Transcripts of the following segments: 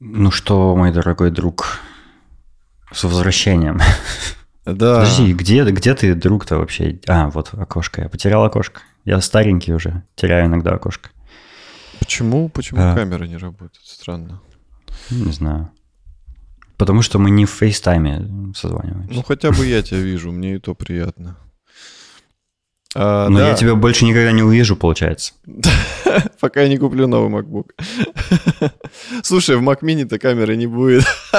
Ну что, мой дорогой друг, с возвращением. Да. Подожди, где ты, друг-то, вообще? А, вот окошко. Я потерял окошко. Я старенький уже, теряю иногда окошко. Почему камера не работает? Странно. Не знаю. Потому что мы не в фейстайме созваниваемся. Ну, хотя бы я тебя вижу, мне и то приятно. Но да. я тебя больше никогда не увижу, получается. Пока я не куплю новый MacBook. Слушай, в Mac Mini-то камеры не будет.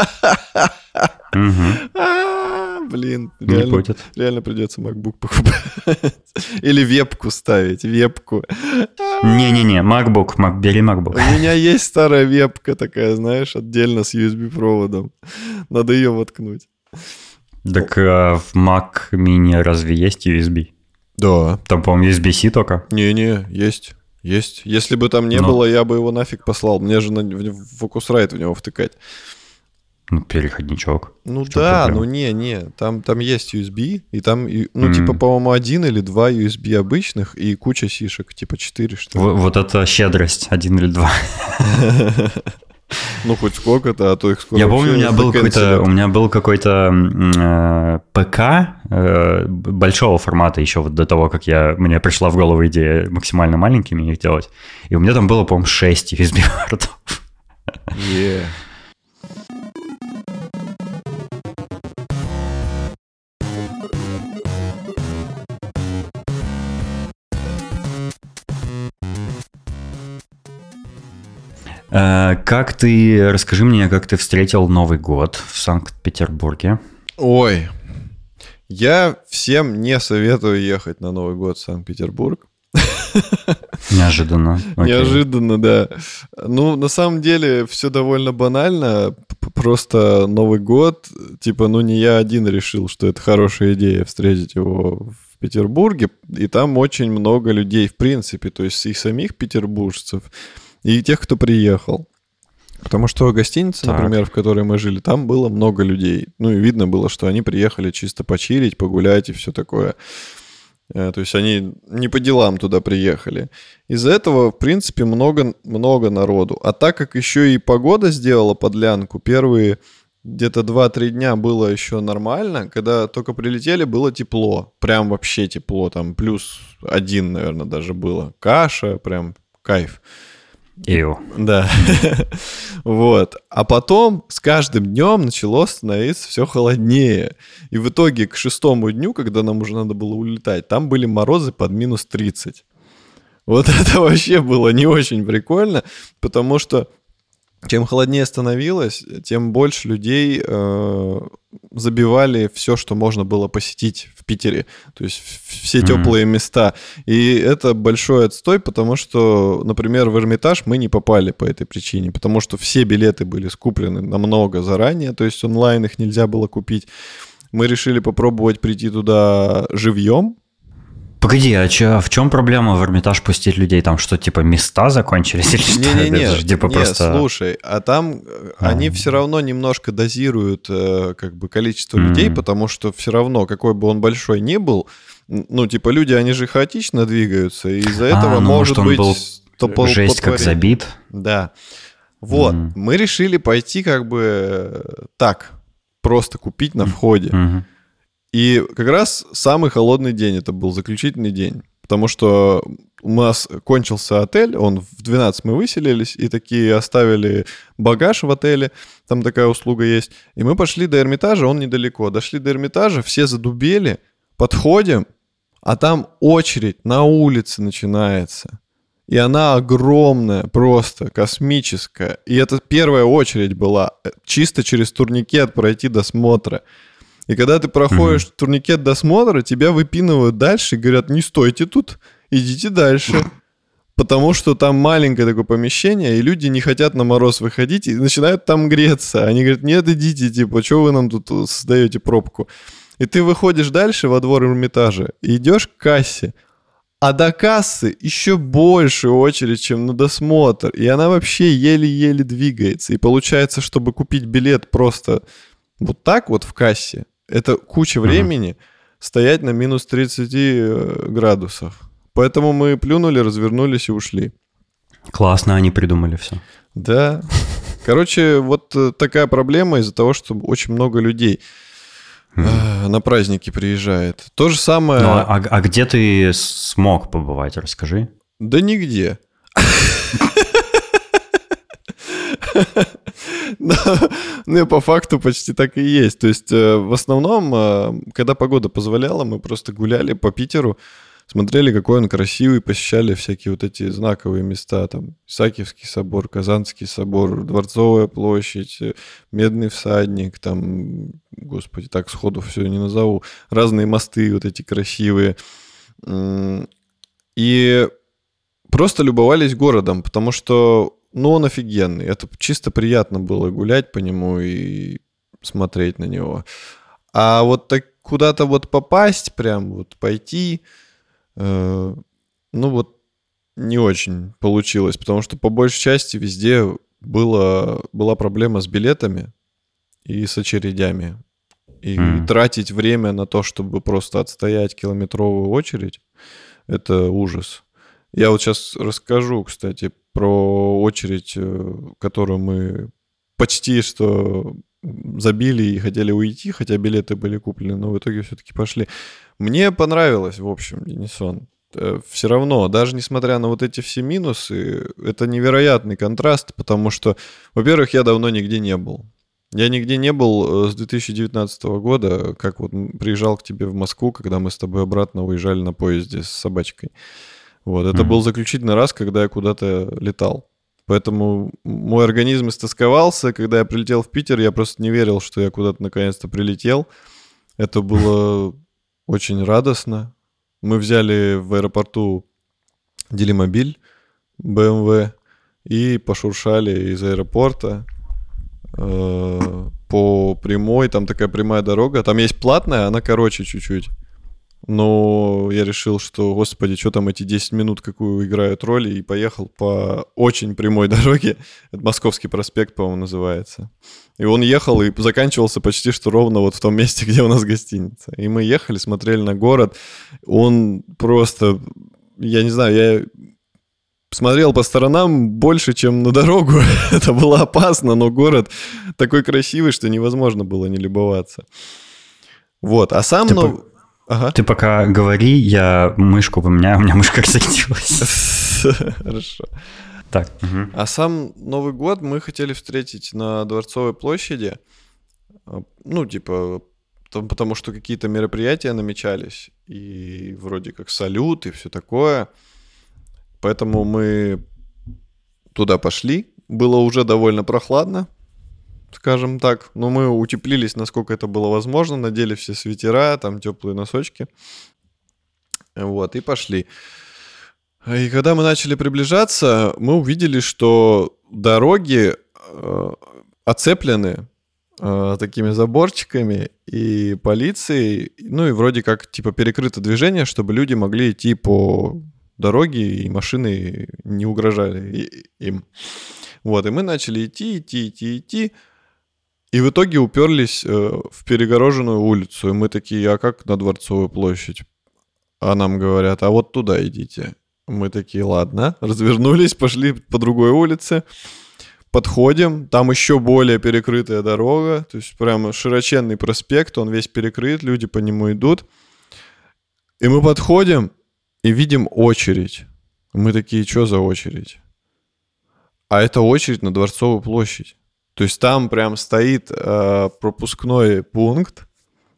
Блин, реально придется MacBook покупать. Или вебку ставить, вебку. Не-не-не, MacBook, бери MacBook. У меня есть старая вебка такая, знаешь, отдельно с USB-проводом. Надо ее воткнуть. Так в Mac Mini разве есть USB? Да. Там, по-моему, USB-C только. Не-не, есть. Если бы там не было, я бы его нафиг послал. Мне же Focusrite в него втыкать. Ну, переходничок. Ну да, ну не. Там есть USB, и там, типа, по-моему, 1 или 2 USB обычных, и куча сишек, типа 4, что ли. Вот это щедрость, 1 или 2. Ну, хоть сколько-то, а то их скоро. Я помню, у меня был какой-то ПК большого формата еще вот до того, как мне пришла в голову идея максимально маленькими их делать. И у меня там было, по-моему, 6 USB-портов. Расскажи мне, как ты встретил Новый год в Санкт-Петербурге? Ой, я всем не советую ехать на Новый год в Санкт-Петербург. Неожиданно. Неожиданно, да. Ну, на самом деле, все довольно банально. Просто Новый год, типа, не я один решил, что это хорошая идея встретить его в Петербурге. И там очень много людей, в принципе, то есть и самих петербуржцев, и тех, кто приехал. Потому что гостиница, например, в которой мы жили, там было много людей. Ну, и видно было, что они приехали чисто почилить, погулять и все такое. То есть они не по делам туда приехали. Из-за этого, в принципе, много народу. А так как еще и погода сделала подлянку, первые где-то 2-3 дня было еще нормально. Когда только прилетели, было тепло. Прям вообще тепло. Там +1, наверное, даже было. Каша, прям кайф. Да. Вот. А потом с каждым днем начало становиться все холоднее. И в итоге к 6-му дню, когда нам уже надо было улетать, там были морозы под -30. Вот это вообще было не очень прикольно, потому что чем холоднее становилось, тем больше людей забивали все, что можно было посетить в Питере. То есть все теплые места. И это большой отстой, потому что, например, в Эрмитаж мы не попали по этой причине. Потому что все билеты были скуплены намного заранее. То есть онлайн их нельзя было купить. Мы решили попробовать прийти туда живьем. Погоди, а в чем проблема в Эрмитаж пустить людей? Там что, типа места закончились или что? Не, слушай, а там они все равно немножко дозируют количество людей, потому что все равно, какой бы он большой ни был, типа люди, они же хаотично двигаются, и из-за этого может быть... Жесть как забит. Да. Вот, мы решили пойти так, просто купить на входе. И как раз самый холодный день, это был заключительный день, потому что у нас кончился отель, в 12 мы выселились, и такие оставили багаж в отеле, там такая услуга есть, и мы пошли до Эрмитажа, он недалеко, дошли до Эрмитажа, все задубели, подходим, а там очередь на улице начинается, и она огромная, просто космическая, и это первая очередь была, чисто через турникет пройти досмотра. И когда ты проходишь турникет досмотра, тебя выпинывают дальше и говорят, не стойте тут, идите дальше. Потому что там маленькое такое помещение, и люди не хотят на мороз выходить и начинают там греться. Они говорят, нет, идите, типа, что вы нам тут создаете пробку? И ты выходишь дальше во двор Эрмитажа и идешь к кассе. А до кассы еще больше очередь, чем на досмотр. И она вообще еле-еле двигается. И получается, чтобы купить билет просто вот так вот в кассе, это куча времени стоять на -30 градусах. Поэтому мы плюнули, развернулись и ушли. Классно они придумали все. Да. Короче, вот такая проблема из-за того, что очень много людей на праздники приезжает. То же самое... Ну, а где ты смог побывать, расскажи. Да нигде. Ну, по факту почти так и есть. То есть, в основном, когда погода позволяла, мы просто гуляли по Питеру, смотрели, какой он красивый, посещали всякие вот эти знаковые места, там, Исаакиевский собор, Казанский собор, Дворцовая площадь, Медный всадник, там, господи, так сходу все не назову, разные мосты вот эти красивые. И просто любовались городом, потому что, ну, он офигенный. Это чисто приятно было гулять по нему и смотреть на него. А вот так куда-то вот попасть, прям вот пойти, ну вот не очень получилось, потому что по большей части везде была проблема с билетами и с очередями. И тратить время на то, чтобы просто отстоять километровую очередь, это ужас. Я вот сейчас расскажу, кстати, про очередь, которую мы почти что забили и хотели уйти, хотя билеты были куплены, но в итоге все-таки пошли. Мне понравилось, в общем, Денисон. Все равно, даже несмотря на вот эти все минусы, это невероятный контраст, потому что, во-первых, я давно нигде не был. Я нигде не был с 2019 года, как вот приезжал к тебе в Москву, когда мы с тобой обратно уезжали на поезде с собачкой. Вот, это был заключительный раз, когда я куда-то летал. Поэтому мой организм истосковался. Когда я прилетел в Питер, я просто не верил, что я куда-то наконец-то прилетел. Это было очень радостно. Мы взяли в аэропорту Делимобиль BMW и пошуршали из аэропорта по прямой. Там такая прямая дорога. Там есть платная, она короче чуть-чуть. Но я решил, что, господи, что там эти 10 минут какую играют роль, и поехал по очень прямой дороге. Это Московский проспект, по-моему, называется. И он ехал и заканчивался почти что ровно вот в том месте, где у нас гостиница. И мы ехали, смотрели на город. Он просто, я не знаю, я смотрел по сторонам больше, чем на дорогу. Это было опасно, но город такой красивый, что невозможно было не любоваться. Вот, а сам... Ага. Ты пока говори, я мышку поменяю, у меня мышка разрядилась. Хорошо. Так. А сам Новый год мы хотели встретить на Дворцовой площади. Ну, типа, потому что какие-то мероприятия намечались. И вроде как салют и все такое. Поэтому мы туда пошли. Было уже довольно прохладно, скажем так. Но мы утеплились, насколько это было возможно. Надели все свитера, там теплые носочки. Вот, и пошли. И когда мы начали приближаться, мы увидели, что дороги оцеплены такими заборчиками и полицией. Ну и вроде как типа перекрыто движение, чтобы люди могли идти по дороге, и машины не угрожали им. Вот, и мы начали идти. И в итоге уперлись в перегороженную улицу. И мы такие, а как на Дворцовую площадь? А нам говорят, а вот туда идите. Мы такие, ладно, развернулись, пошли по другой улице. Подходим, там еще более перекрытая дорога. То есть прямо широченный проспект, он весь перекрыт, люди по нему идут. И мы подходим и видим очередь. Мы такие, что за очередь? А это очередь на Дворцовую площадь. То есть там прям стоит пропускной пункт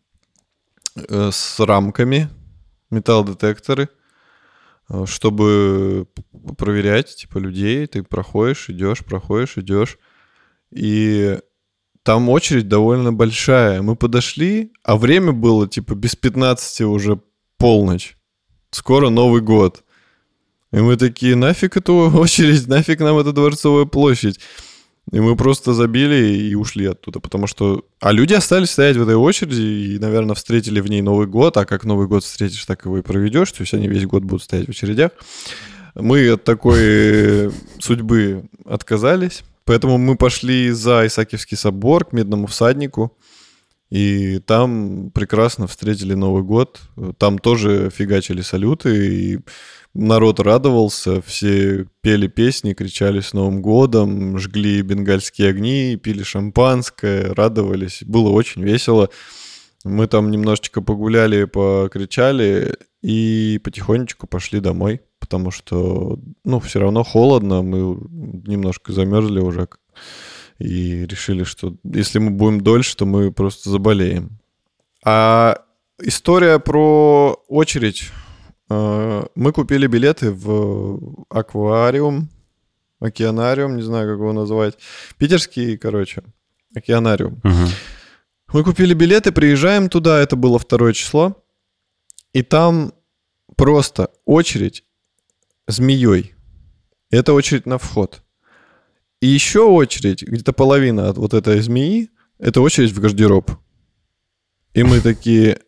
с рамками, металлодетекторы, чтобы проверять типа людей. Ты проходишь, идешь. И там очередь довольно большая. Мы подошли, а время было типа без 15 уже полночь. Скоро Новый год. И мы такие, нафиг эту очередь, нафиг нам эта Дворцовая площадь. И мы просто забили и ушли оттуда, потому что... А люди остались стоять в этой очереди и, наверное, встретили в ней Новый год, а как Новый год встретишь, так его и проведешь, то есть они весь год будут стоять в очередях. Мы от такой судьбы отказались, поэтому мы пошли за Исаакиевский собор к Медному всаднику, И там прекрасно встретили Новый год. Там тоже фигачили салюты, и народ радовался, все пели песни, кричали «С Новым годом», жгли бенгальские огни, пили шампанское, радовались. Было очень весело. Мы там немножечко погуляли, покричали и потихонечку пошли домой, потому что, все равно холодно, мы немножко замерзли уже и решили, что если мы будем дольше, то мы просто заболеем. А история про очередь. Мы купили билеты в аквариум, океанариум, не знаю, как его назвать. Питерский, океанариум. Мы купили билеты, приезжаем туда, это было 2 число, и там просто очередь змеей. Это очередь на вход. И еще очередь, где-то половина от вот этой змеи, это очередь в гардероб. И мы такие...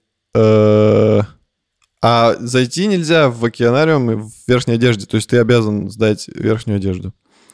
А зайти нельзя в океанариум в верхней одежде, то есть ты обязан сдать верхнюю одежду.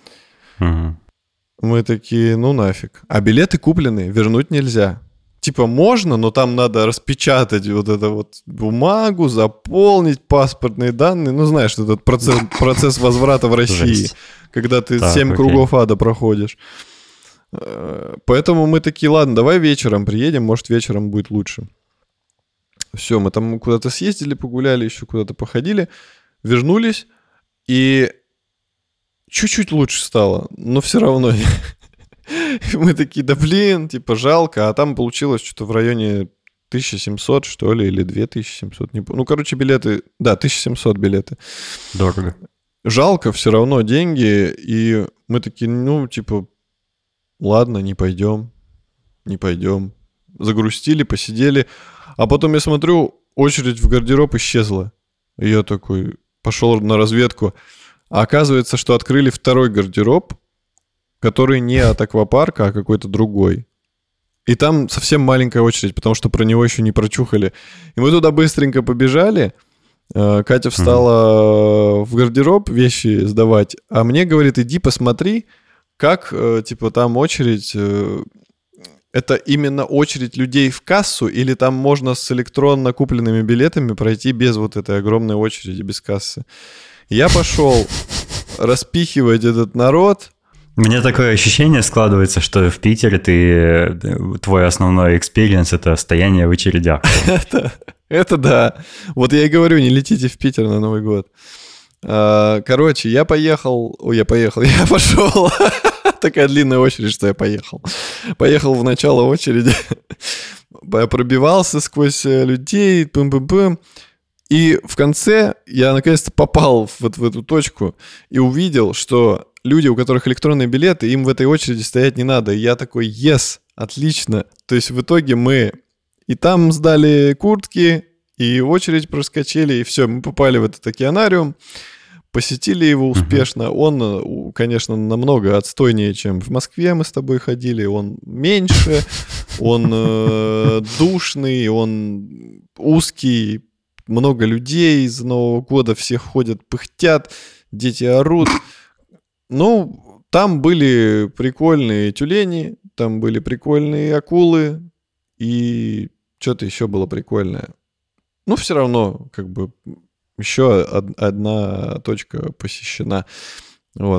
Мы такие, нафиг. А билеты куплены, вернуть нельзя. Типа можно, но там надо распечатать вот эту вот бумагу, заполнить паспортные данные. Знаешь, этот процесс возврата в России, когда ты 7 кругов ада проходишь. Поэтому мы такие, ладно, давай вечером приедем, может, вечером будет лучше. Все, мы там куда-то съездили, погуляли, еще куда-то походили, вернулись, и чуть-чуть лучше стало, но все равно... Мы такие, да блин, жалко. А там получилось что-то в районе 1700, что ли, или 2700. Не помню. Билеты... Да, 1700 билеты. Дорого. Жалко все равно деньги. И мы такие, ладно, не пойдем. Загрустили, посидели. А потом я смотрю, очередь в гардероб исчезла. И я такой пошел на разведку. А оказывается, что открыли 2-й гардероб, который не от аквапарка, а какой-то другой. И там совсем маленькая очередь, потому что про него еще не прочухали. И мы туда быстренько побежали. Катя встала в гардероб вещи сдавать, а мне говорит, иди посмотри, как, там очередь... Это именно очередь людей в кассу, или там можно с электронно купленными билетами пройти без вот этой огромной очереди, без кассы. Я пошел распихивать этот народ... У меня такое ощущение складывается, что в Питере твой основной экспириенс — это стояние в очередях. Это да. Вот я и говорю, не летите в Питер на Новый год. Я пошел. Такая длинная очередь, что я поехал. Поехал в начало очереди. Пробивался сквозь людей. Пым-пым-пым. И в конце я наконец-то попал в эту точку и увидел, что люди, у которых электронные билеты, им в этой очереди стоять не надо. И я такой, yes, отлично. То есть в итоге мы и там сдали куртки, и очередь проскочили, и все, мы попали в этот океанариум, посетили его успешно. Он, конечно, намного отстойнее, чем в Москве мы с тобой ходили. Он меньше, он душный, он узкий, много людей из Нового года, все ходят, пыхтят, дети орут. Там были прикольные тюлени, там были прикольные акулы, и что-то еще было прикольное. Все равно, еще одна точка посещена. Вот.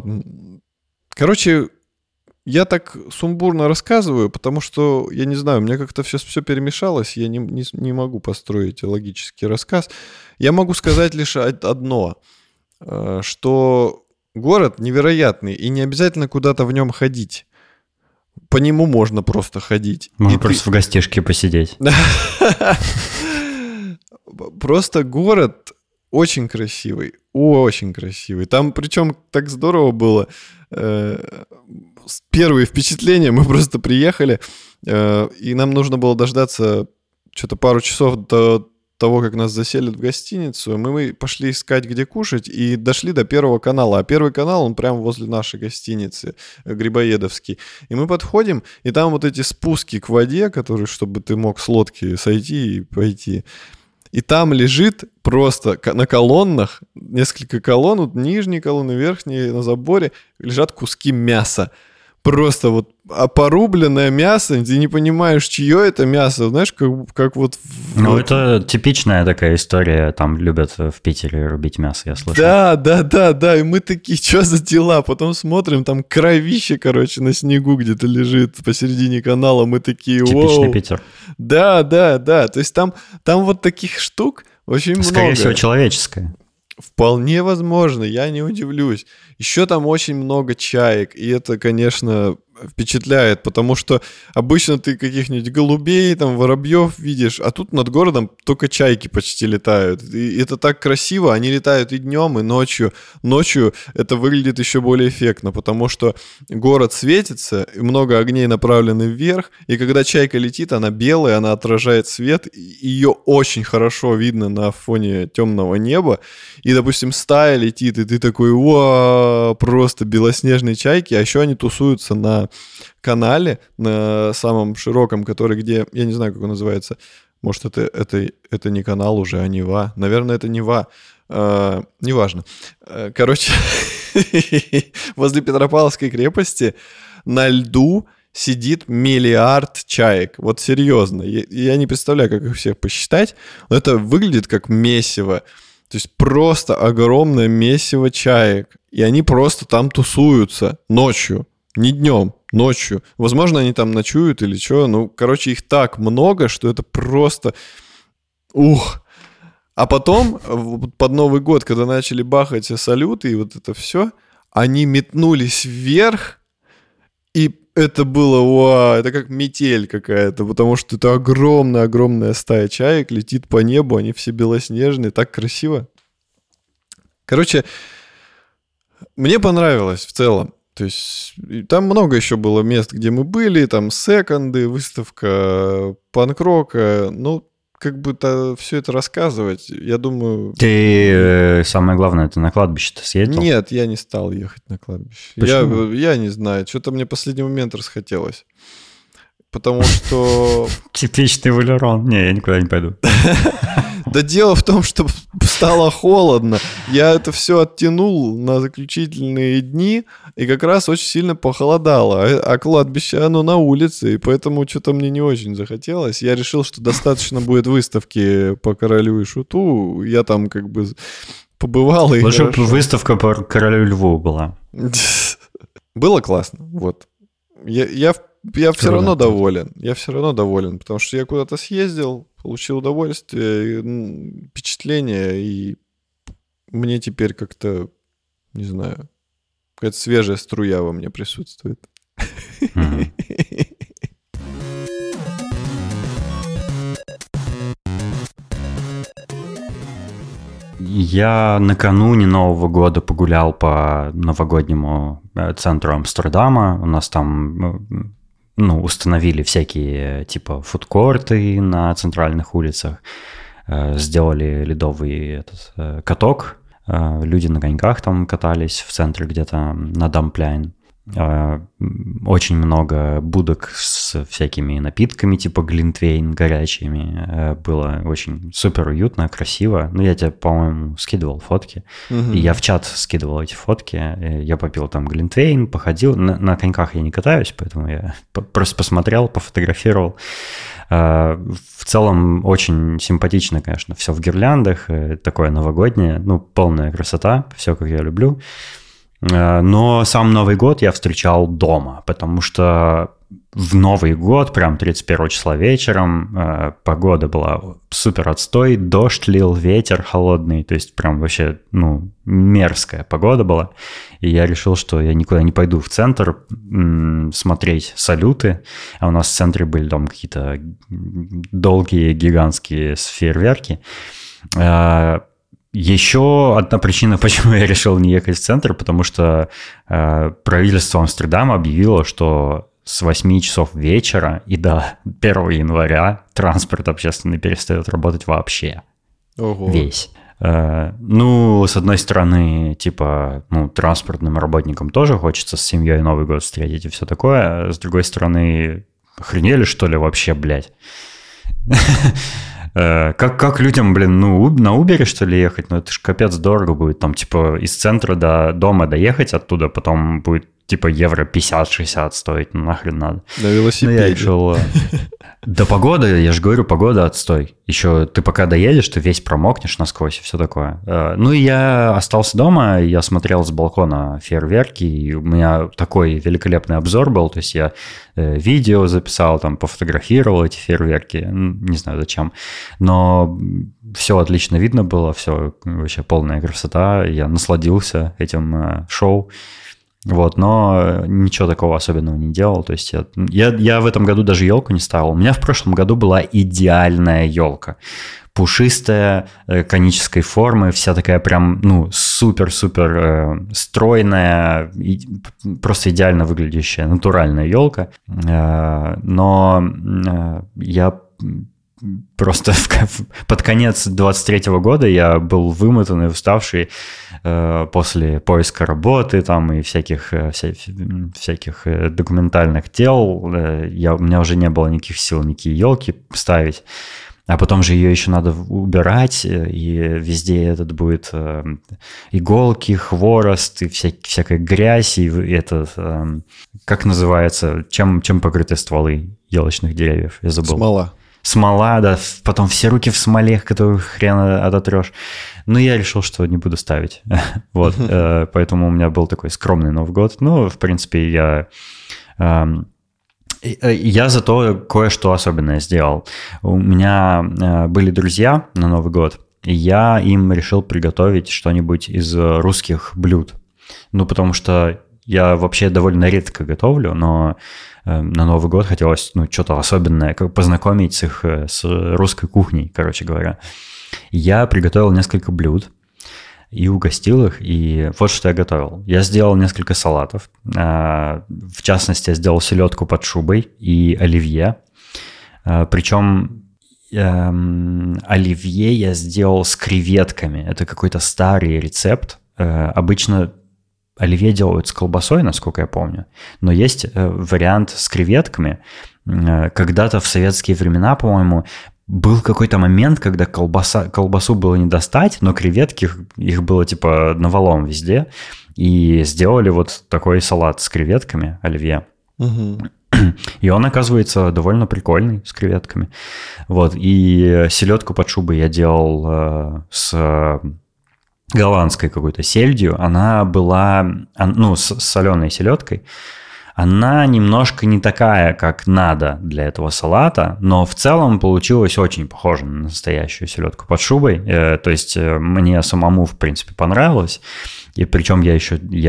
Я так сумбурно рассказываю, потому что, я не знаю, у меня как-то все перемешалось, я не могу построить логический рассказ. Я могу сказать лишь одно, что город невероятный, и не обязательно куда-то в нем ходить. По нему можно просто ходить. Можно просто в гостишке посидеть. Просто город очень красивый, очень красивый. Там причем так здорово было. Первые впечатления, мы просто приехали, и нам нужно было дождаться что-то пару часов до того, как нас заселят в гостиницу. Мы пошли искать, где кушать, и дошли до Первого канала. А Первый канал, он прямо возле нашей гостиницы, Грибоедовский. И мы подходим, и там вот эти спуски к воде, которые, чтобы ты мог с лодки сойти и пойти. И там лежит просто на колоннах, несколько колонн, вот нижние колонны, верхние, на заборе, лежат куски мяса. Просто вот порубленное мясо, ты не понимаешь, чье это мясо, знаешь, как вот... Ну, это типичная такая история, там любят в Питере рубить мясо, я слышал. Да, и мы такие, что за дела? Потом смотрим, там кровище, короче, на снегу где-то лежит посередине канала, мы такие, Типичный Питер. Да, то есть там вот таких штук очень много. Скорее всего, человеческое. Вполне возможно, я не удивлюсь. Еще там очень много чаек, и это, конечно, впечатляет, потому что обычно ты каких-нибудь голубей, там, воробьев видишь, а тут над городом только чайки почти летают. И это так красиво, они летают и днем, и ночью. Ночью это выглядит еще более эффектно, потому что город светится, и много огней направлены вверх, и когда чайка летит, она белая, она отражает свет, и ее очень хорошо видно на фоне темного неба. И, допустим, стая летит, и ты такой, вау, просто белоснежные чайки, а еще они тусуются на канале, на самом широком, который где, я не знаю, как он называется, может, это не канал уже, а Нева. Наверное, это Нева. Неважно. Короче, возле Петропавловской крепости на льду сидит 1 миллиард чаек. Вот серьезно. Я не представляю, как их всех посчитать, но это выглядит как месиво. То есть просто огромное месиво чаек. И они просто там тусуются ночью. Не днем, ночью. Возможно, они там ночуют или что. Ну, короче, их так много, что это просто... Ух! А потом, под Новый год, когда начали бахать салюты и вот это все, они метнулись вверх, и это было, вау, это как метель какая-то, потому что это огромная-огромная стая чаек летит по небу, они все белоснежные, так красиво. Короче, мне понравилось в целом. То есть там много еще было мест, где мы были, там секонды, выставка панк-рока, ну, как бы все это рассказывать, я думаю... Ты, самое главное, ты на кладбище-то съездил? Нет, я не стал ехать на кладбище. Я не знаю, что-то мне в последний момент расхотелось. Потому что... Типичный Валерон. Не, я никуда не пойду. Да дело в том, что стало холодно. Я это все оттянул на заключительные дни, и как раз очень сильно похолодало. А кладбище, оно на улице, и поэтому что-то мне не очень захотелось. Я решил, что достаточно будет выставки по Королю и Шуту. Я там как бы побывал. Лучше бы выставка по Королю и Льву была. Было классно, вот. Я все равно доволен. Я все равно доволен, потому что я куда-то съездил, получил удовольствие, впечатление, и мне теперь как-то, не знаю, какая-то свежая струя во мне присутствует. Я накануне Нового года погулял по новогоднему центру Амстердама. У нас там установили всякие типа фудкорты на центральных улицах, сделали ледовый каток, люди на коньках там катались в центре где-то на Дампляйн. Очень много будок с всякими напитками, типа глинтвейн горячими. Было очень супер уютно, красиво. Ну, я тебе, по-моему, скидывал фотки. И я в чат скидывал эти фотки. Я попил там глинтвейн, походил. На коньках я не катаюсь, поэтому я просто посмотрел, пофотографировал. В целом очень симпатично, конечно, все в гирляндах. Такое новогоднее, полная красота. Все, как я люблю. Но сам Новый год я встречал дома, потому что в Новый год, прям 31 числа вечером, погода была супер отстой, дождь лил, ветер холодный, то есть прям вообще, мерзкая погода была. И я решил, что я никуда не пойду в центр смотреть салюты, а у нас в центре были там какие-то долгие гигантские фейерверки. Еще одна причина, почему я решил не ехать в центр, потому что правительство Амстердама объявило, что с 8 часов вечера и до 1 января транспорт общественный перестает работать вообще. Ого. Весь. С одной стороны, транспортным работникам тоже хочется с семьей Новый год встретить и все такое. С другой стороны, охренели, что ли, вообще, блядь? Как людям, на Uber, что ли, ехать? Это ж капец дорого будет. Там, из центра до дома доехать оттуда, потом будет типа евро 50-60 стоить, ну нахрен надо. На велосипеде. Ну, я решил... Да погода, я же говорю, погода отстой. Еще ты пока доедешь, ты весь промокнешь насквозь и все такое. Ну и я остался дома, я смотрел с балкона фейерверки, и у меня такой великолепный обзор был, то есть я видео записал, там, пофотографировал эти фейерверки, не знаю зачем, но все отлично видно было, все вообще полная красота, я насладился этим шоу. Вот, но ничего такого особенного не делал. То есть я в этом году даже елку не ставил. У меня в прошлом году была идеальная елка. Пушистая, конической формы, вся такая прям, ну, супер-супер стройная, просто идеально выглядящая натуральная елка. Но я... Просто под конец 23-го года я был вымотанный, уставший после поиска работы там и всяких документальных дел. У меня уже не было никаких сил никакие елки ставить. А потом же ее еще надо убирать, и везде этот будет иголки, хворост, и всякая грязь, и этот, как называется, чем покрыты стволы елочных деревьев? Я забыл. Смола, да, потом все руки в смоле, которую хрен ототрешь. Но я решил, что не буду ставить. Вот, поэтому у меня был такой скромный Новый год. Ну, в принципе, я зато кое-что особенное сделал. У меня были друзья на Новый год, и я им решил приготовить что-нибудь из русских блюд. Ну, потому что я вообще довольно редко готовлю, но на Новый год хотелось, ну, что-то особенное, как познакомить их с русской кухней, короче говоря. Я приготовил несколько блюд и угостил их, и вот что я готовил. Я сделал несколько салатов. В частности, я сделал селедку под шубой и оливье. Причем оливье я сделал с креветками. Это какой-то старый рецепт. Обычно оливье делают с колбасой, насколько я помню, но есть вариант с креветками. Когда-то в советские времена, по-моему, был какой-то момент, когда колбасу было не достать, но креветки, их было типа навалом везде, и сделали вот такой салат с креветками, оливье. Угу. И он, оказывается, довольно прикольный, с креветками. Вот, и селедку под шубой я делал с голландской какой-то сельдью. Она была, ну, с соленой селедкой. Она немножко не такая, как надо для этого салата, но в целом получилось очень похоже на настоящую селедку под шубой. То есть мне самому, в принципе, понравилось. И причем я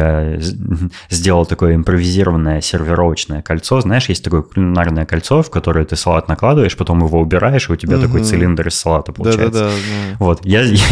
сделал такое импровизированное сервировочное кольцо. Знаешь, есть такое кулинарное кольцо, в которое ты салат накладываешь, потом его убираешь, и у тебя такой цилиндр из салата получается. Да. Вот,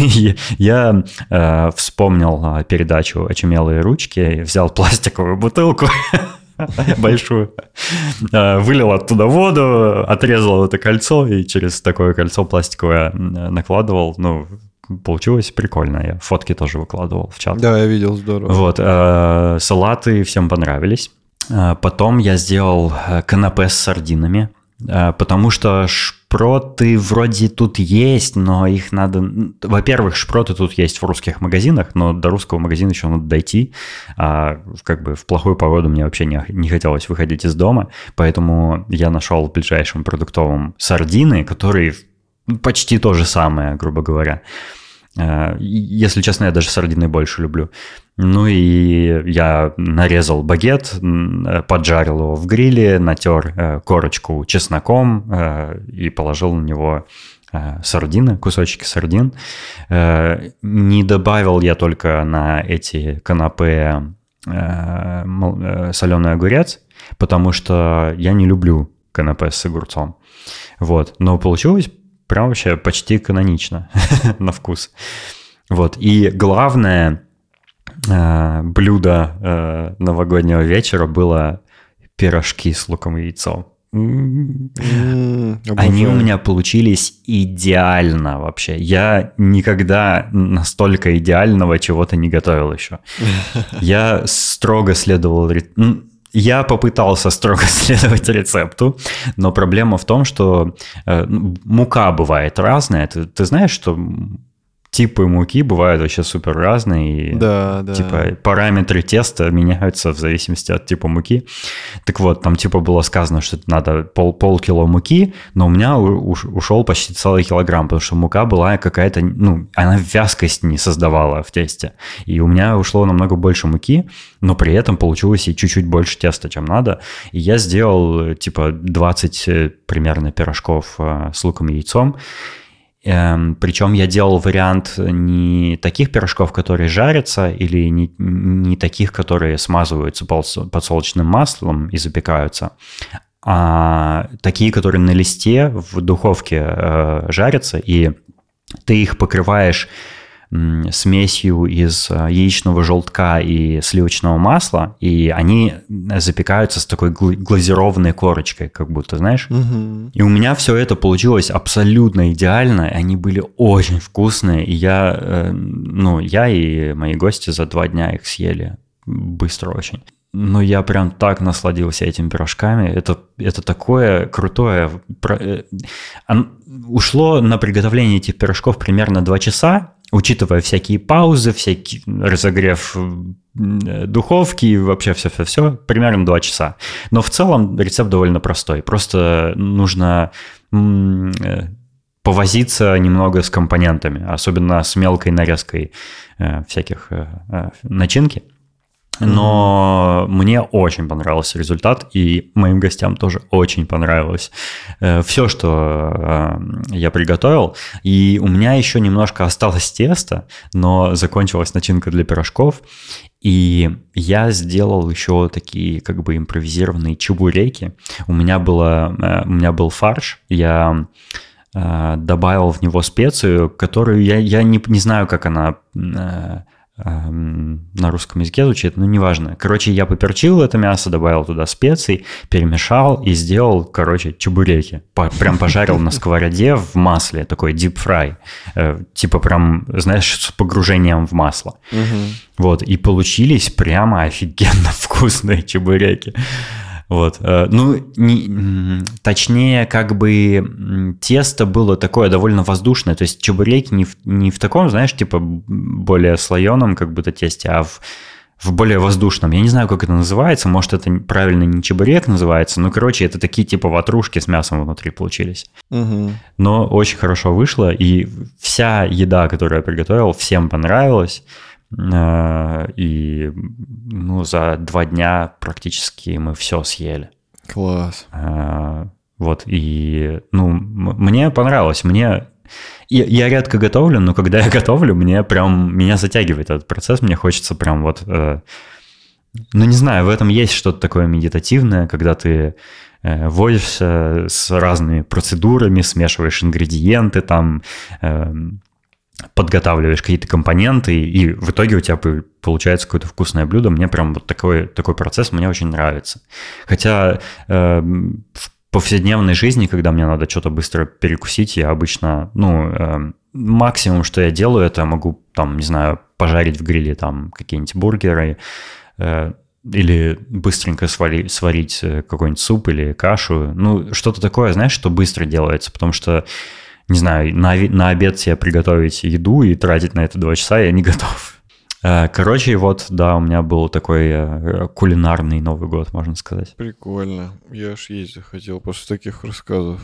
я вспомнил передачу «Очумелые ручки», взял пластиковую бутылку, большую, вылил оттуда воду, отрезал это кольцо и через такое кольцо пластиковое накладывал. Ну, получилось прикольно. Я фотки тоже выкладывал в чат. Да, я видел, здорово. Вот, салаты всем понравились. Потом я сделал канапе с сардинами, потому что шпроты вроде тут есть, но их надо... Во-первых, шпроты тут есть в русских магазинах, но до русского магазина еще надо дойти. Как бы в плохую погоду мне вообще не хотелось выходить из дома, поэтому я нашел в ближайшем продуктовом сардины, которые почти то же самое, грубо говоря. Если честно, я даже сардины больше люблю. Ну и я нарезал багет, поджарил его в гриле, натер корочку чесноком и положил на него сардины, кусочки сардин. Не добавил я только на эти канапе соленый огурец, потому что я не люблю канапе с огурцом. Вот. Но получилось прям вообще почти канонично на вкус. Вот. И главное блюдо новогоднего вечера было пирожки с луком и яйцом. Они у меня получились идеально вообще. Я никогда настолько идеального чего-то не готовил еще. Я строго следовал... Я попытался строго следовать рецепту, но проблема в том, что мука бывает разная. Ты знаешь, что типы муки бывают вообще супер разные. Да. Типа параметры теста меняются в зависимости от типа муки. Так вот, там типа было сказано, что надо полкило муки, но у меня ушел почти целый килограмм, потому что мука была какая-то, она вязкость не создавала в тесте. И у меня ушло намного больше муки, но при этом получилось и чуть-чуть больше теста, чем надо. И я сделал типа 20 примерно пирожков с луком и яйцом. Причем я делал вариант не таких пирожков, которые жарятся, или не таких, которые смазываются подсолнечным маслом и запекаются, а такие, которые на листе в духовке жарятся, и ты их покрываешь смесью из яичного желтка и сливочного масла, и они запекаются с такой глазированной корочкой, как будто, знаешь. Угу. И у меня все это получилось абсолютно идеально, они были очень вкусные, и я и мои гости за 2 дня их съели быстро очень. Но я прям так насладился этими пирожками. Это такое крутое. Ушло на приготовление этих пирожков примерно 2 часа, учитывая всякие паузы, всякий разогрев духовки, вообще все, примерно 2 часа. Но в целом рецепт довольно простой. Просто нужно повозиться немного с компонентами, особенно с мелкой нарезкой всяких начинки. Но мне очень понравился результат, и моим гостям тоже очень понравилось все, что я приготовил. И у меня еще немножко осталось теста, но закончилась начинка для пирожков. И я сделал еще такие как бы импровизированные чебуреки. У меня был фарш, я добавил в него специю, которую я не знаю, как она на русском языке звучит, но неважно. Короче, я поперчил это мясо, добавил туда специй, перемешал и сделал, чебуреки. Прям пожарил на сковороде в масле, такой deep fry. Типа прям, знаешь, с погружением в масло. Вот, и получились прямо офигенно вкусные чебуреки. Вот. Точнее, как бы тесто было такое довольно воздушное, то есть чебуреки не в таком, знаешь, типа более слоеном как будто тесте, а в более воздушном. Я не знаю, как это называется, может, это правильно не чебурек называется, но, это такие типа ватрушки с мясом внутри получились. Но очень хорошо вышло, и вся еда, которую я приготовил, всем понравилась. И за 2 дня практически мы все съели. Класс. Вот, и мне понравилось. Я редко готовлю, но когда я готовлю, меня затягивает этот процесс, мне хочется прям не знаю, в этом есть что-то такое медитативное, когда ты возишься с разными процедурами, смешиваешь ингредиенты, там подготавливаешь какие-то компоненты, и в итоге у тебя получается какое-то вкусное блюдо. Мне прям такой процесс мне очень нравится. Хотя в повседневной жизни, когда мне надо что-то быстро перекусить, я обычно, максимум, что я делаю, это могу, не знаю, пожарить в гриле какие-нибудь бургеры, или быстренько сварить какой-нибудь суп или кашу. Что-то такое, знаешь, что быстро делается, потому что не знаю, на обед себе приготовить еду и тратить на это 2 часа я не готов. У меня был такой кулинарный Новый год, можно сказать. Прикольно. Я аж есть захотел после таких рассказов.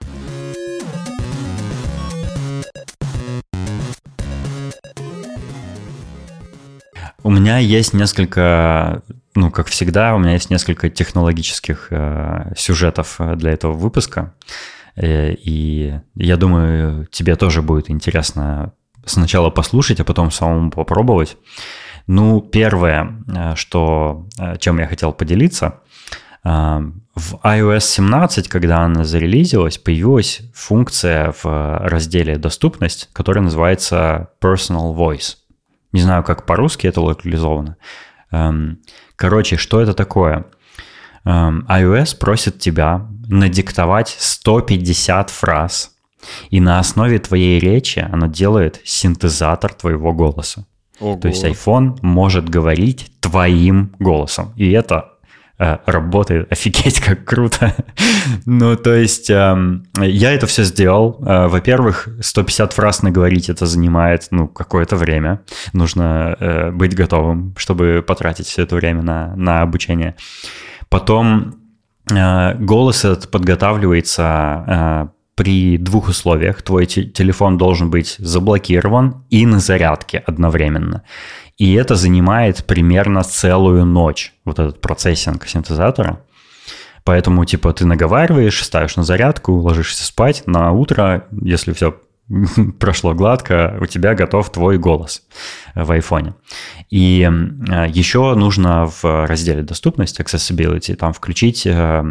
У меня есть несколько, как всегда, у меня есть несколько технологических сюжетов для этого выпуска. И я думаю, тебе тоже будет интересно сначала послушать, а потом самому попробовать. Первое, чем я хотел поделиться, в iOS 17, когда она зарелизилась, появилась функция в разделе «Доступность», которая называется Personal Voice. Не знаю, как по-русски это локализовано. Что это такое? iOS просит тебя надиктовать 150 фраз, и на основе твоей речи оно делает синтезатор твоего голоса. Ого. То есть iPhone может говорить твоим голосом, и это работает, офигеть, как круто. Ну, то есть я это все сделал. Во-первых, 150 фраз наговорить это занимает, какое-то время. Нужно быть готовым, чтобы потратить все это время на обучение. Потом голос этот подготавливается при 2 условиях. Твой телефон должен быть заблокирован и на зарядке одновременно. И это занимает примерно целую ночь, вот этот процессинг синтезатора. Поэтому, ты наговариваешь, ставишь на зарядку, ложишься спать, на утро, если все прошло гладко, у тебя готов твой голос в айфоне. И еще нужно в разделе «Доступность», «Accessibility», там включить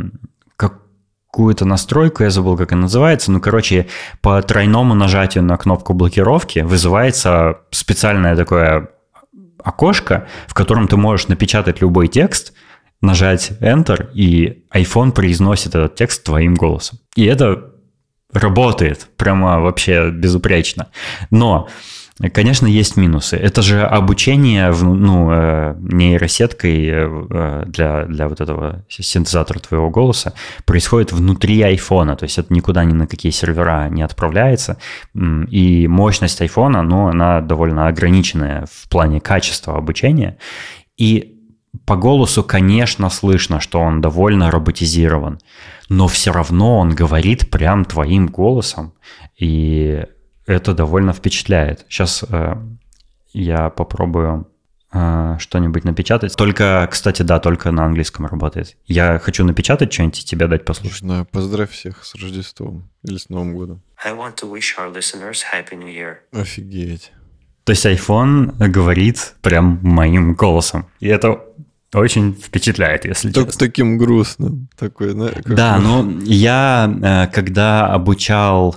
какую-то настройку, я забыл, как она называется, по тройному нажатию на кнопку блокировки вызывается специальное такое окошко, в котором ты можешь напечатать любой текст, нажать Enter, и iPhone произносит этот текст твоим голосом. И это работает прямо вообще безупречно. Но, конечно, есть минусы. Это же обучение нейросеткой для вот этого синтезатора твоего голоса происходит внутри айфона, то есть это никуда ни на какие сервера не отправляется, и мощность айфона, она довольно ограниченная в плане качества обучения, и по голосу, конечно, слышно, что он довольно роботизирован, но все равно он говорит прям твоим голосом, и это довольно впечатляет. Сейчас я попробую что-нибудь напечатать. Только, кстати, только на английском работает. Я хочу напечатать что-нибудь и тебе дать послушать. Поздравь всех с Рождеством или с Новым годом. I want to wish our listeners Happy New Year. Офигеть. То есть iPhone говорит прям моим голосом. И это очень впечатляет, если честно. Таким грустным. Такой, да, я, когда обучал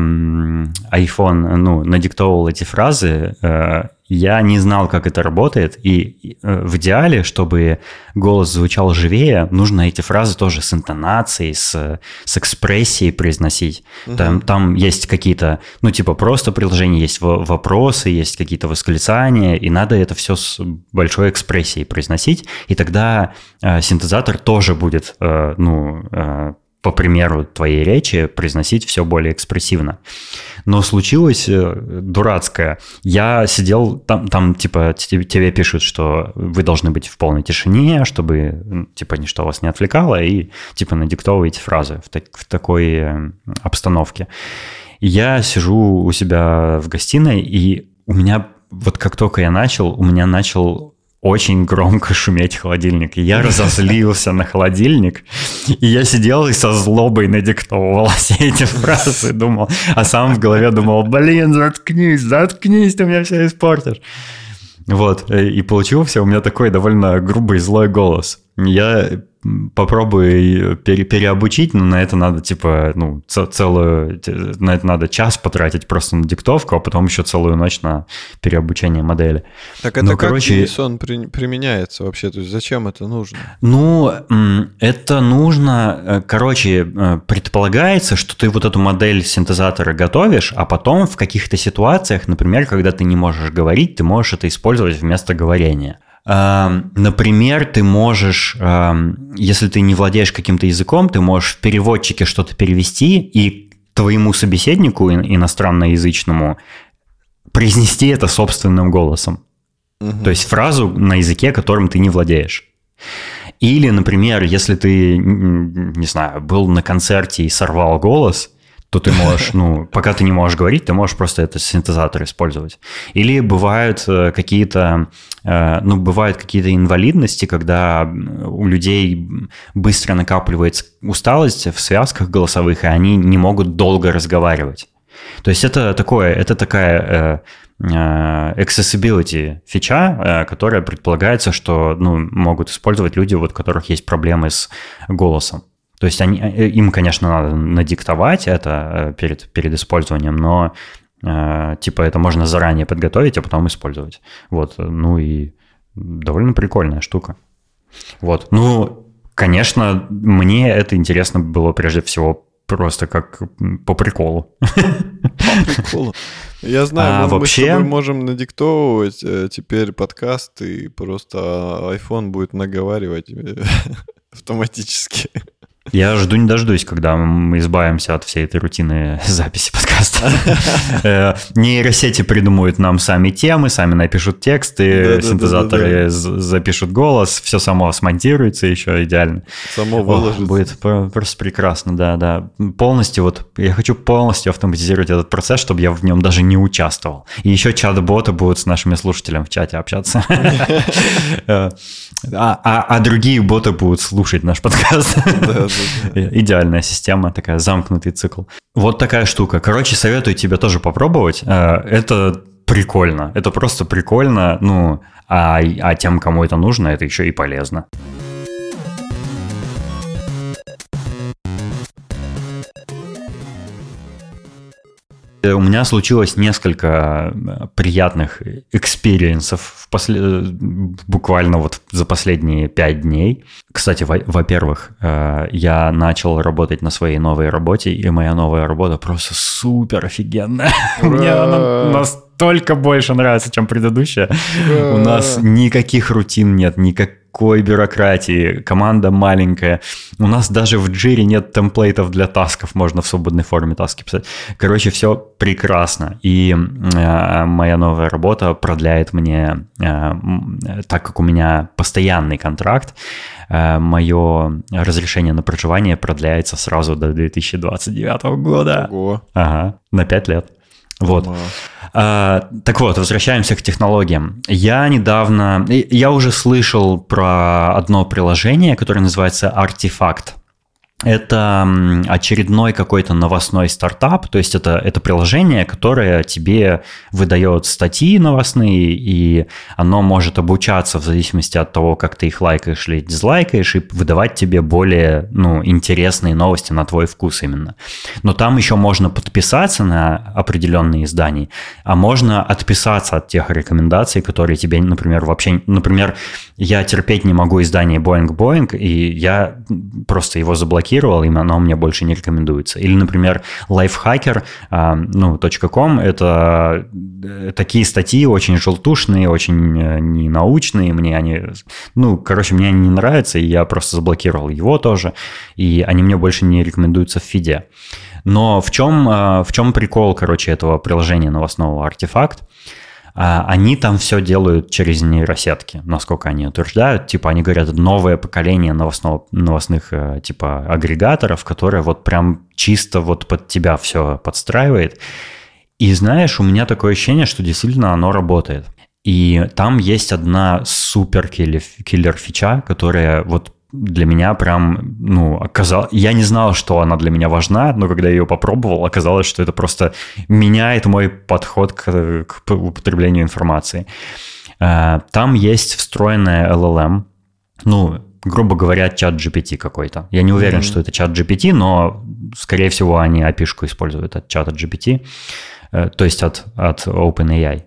iPhone, надиктовывал эти фразы, я не знал, как это работает, и в идеале, чтобы голос звучал живее, нужно эти фразы тоже с интонацией, с экспрессией произносить. Там есть какие-то, просто предложения, есть вопросы, есть какие-то восклицания, и надо это все с большой экспрессией произносить, и тогда синтезатор тоже будет, по примеру твоей речи, произносить все более экспрессивно. Но случилось дурацкое. Я сидел, там тебе пишут, что вы должны быть в полной тишине, чтобы, ничто вас не отвлекало, и, надиктовываете фразы в такой обстановке. И я сижу у себя в гостиной, и у меня, как только я начал, у меня начал очень громко шуметь холодильник. И я разозлился на холодильник, и я сидел и со злобой надиктовывал все эти фразы, думал, а сам в голове думал, заткнись, ты меня все испортишь. Вот, и получился у меня такой довольно грубый, злой голос. Я попробую переобучить, но на это надо, на это надо час потратить просто на диктовку, а потом еще целую ночь на переобучение модели. Так это как JSON применяется вообще? То есть зачем это нужно? Это нужно... предполагается, что ты вот эту модель синтезатора готовишь, а потом в каких-то ситуациях, например, когда ты не можешь говорить, ты можешь это использовать вместо говорения. Например, ты можешь, если ты не владеешь каким-то языком, ты можешь в переводчике что-то перевести и твоему собеседнику иностранноязычному произнести это собственным голосом. То есть фразу на языке, которым ты не владеешь. Или, например, если ты, не знаю, был на концерте и сорвал голос, то ты можешь, пока ты не можешь говорить, ты можешь просто этот синтезатор использовать. Или бывают какие-то инвалидности, когда у людей быстро накапливается усталость в связках голосовых, и они не могут долго разговаривать. То есть это такая accessibility фича, которая предполагается, что могут использовать люди, у которых есть проблемы с голосом. То есть им, конечно, надо надиктовать это перед использованием, но это можно заранее подготовить, а потом использовать. Вот, и довольно прикольная штука. Вот, конечно, мне это интересно было прежде всего просто как по приколу. По приколу. Я знаю, мы вообще... с тобой можем надиктовывать теперь подкаст, и просто iPhone будет наговаривать автоматически. Я жду не дождусь, когда мы избавимся от всей этой рутины записи подкаста. Нейросети придумают нам сами темы, сами напишут тексты, синтезаторы запишут голос, все само смонтируется еще идеально. Само выложится. Будет просто прекрасно, да. Полностью я хочу полностью автоматизировать этот процесс, чтобы я в нем даже не участвовал. И еще чат-боты будут с нашими слушателями в чате общаться. А другие боты будут слушать наш подкаст. Идеальная система, такая замкнутый цикл. Вот такая штука. Короче, советую тебе тоже попробовать. Это прикольно. Это просто прикольно. А тем, кому это нужно, это еще и полезно. У меня случилось несколько приятных экспириенсов буквально вот за последние 5 дней. Кстати, во-первых, я начал работать на своей новой работе, и моя новая работа просто супер офигенная. Мне она настолько больше нравится, чем предыдущая. У нас никаких рутин нет, никакой бюрократии, команда маленькая. У нас даже в Jira нет темплейтов для тасков, можно в свободной форме таски писать. Короче, все прекрасно. И моя новая работа продляет мне, так как у меня постоянный контракт, мое разрешение на проживание продляется сразу до 2029 года. Ого. Ага, на 5 лет. Вот. Так вот, возвращаемся к технологиям. Я уже слышал про одно приложение, которое называется Artifact. Это очередной какой-то новостной стартап, то есть это приложение, которое тебе выдает статьи новостные, и оно может обучаться в зависимости от того, как ты их лайкаешь или дизлайкаешь, и выдавать тебе более интересные новости на твой вкус именно. Но там еще можно подписаться на определенные издания, а можно отписаться от тех рекомендаций, которые тебе, например, Например, я терпеть не могу издание Boing, и я просто его заблокировал, и оно мне больше не рекомендуется. Или, например, lifehacker.com это такие статьи очень желтушные, очень ненаучные. Мне они не нравятся, и я просто заблокировал его тоже, и они мне больше не рекомендуются в фиде. Но в чем прикол, этого приложения новостного Artifact? Они там все делают через нейросетки, насколько они утверждают. Они говорят, это новое поколение новостных агрегаторов, которое вот прям чисто вот под тебя все подстраивает. И знаешь, у меня такое ощущение, что действительно оно работает. И там есть одна супер киллер фича, которая вот для меня прям, я не знал, что она для меня важна, но когда я ее попробовал, оказалось, что это просто меняет мой подход к употреблению информации. Там есть встроенная LLM, грубо говоря, чат GPT какой-то. Я не уверен, что это чат GPT, но, скорее всего, они API-шку используют от чата GPT, то есть от OpenAI.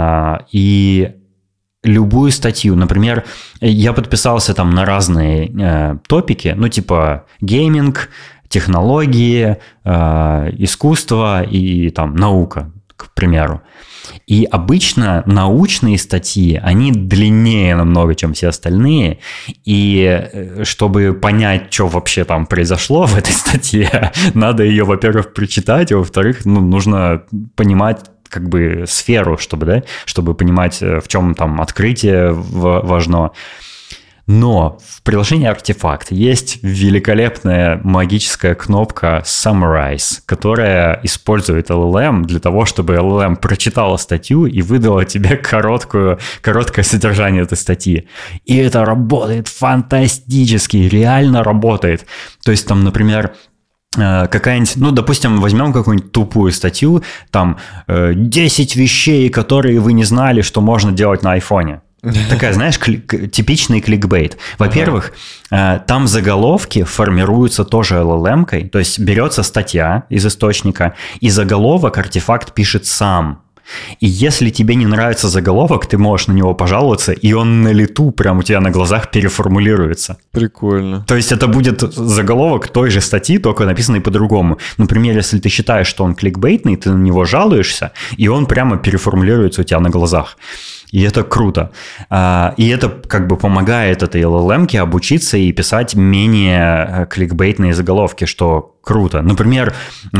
И любую статью, например, я подписался там на разные топики, гейминг, технологии, искусство и там наука, к примеру. И обычно научные статьи, они длиннее намного, чем все остальные. И чтобы понять, что вообще там произошло в этой статье, надо ее, во-первых, прочитать, а во-вторых, нужно понимать сферу, чтобы понимать, в чем там открытие важно. Но в приложении Artifact есть великолепная магическая кнопка Summarize, которая использует LLM для того, чтобы LLM прочитала статью и выдала тебе короткое содержание этой статьи. И это работает фантастически, реально работает. То есть там, например, какая-нибудь, допустим, возьмем какую-нибудь тупую статью, там 10 вещей, которые вы не знали, что можно делать на айфоне. Такая, знаешь, типичный кликбейт. Во-первых, там заголовки формируются тоже LLM-кой, то есть берется статья из источника, и заголовок Artifact пишет сам. И если тебе не нравится заголовок, ты можешь на него пожаловаться, и он на лету прямо у тебя на глазах переформулируется. Прикольно. То есть это будет заголовок той же статьи, только написанный по-другому. Например, если ты считаешь, что он кликбейтный, ты на него жалуешься, и он прямо переформулируется у тебя на глазах. И это круто. И это как бы помогает этой LLM-ке обучиться и писать менее кликбейтные заголовки, что круто. Например,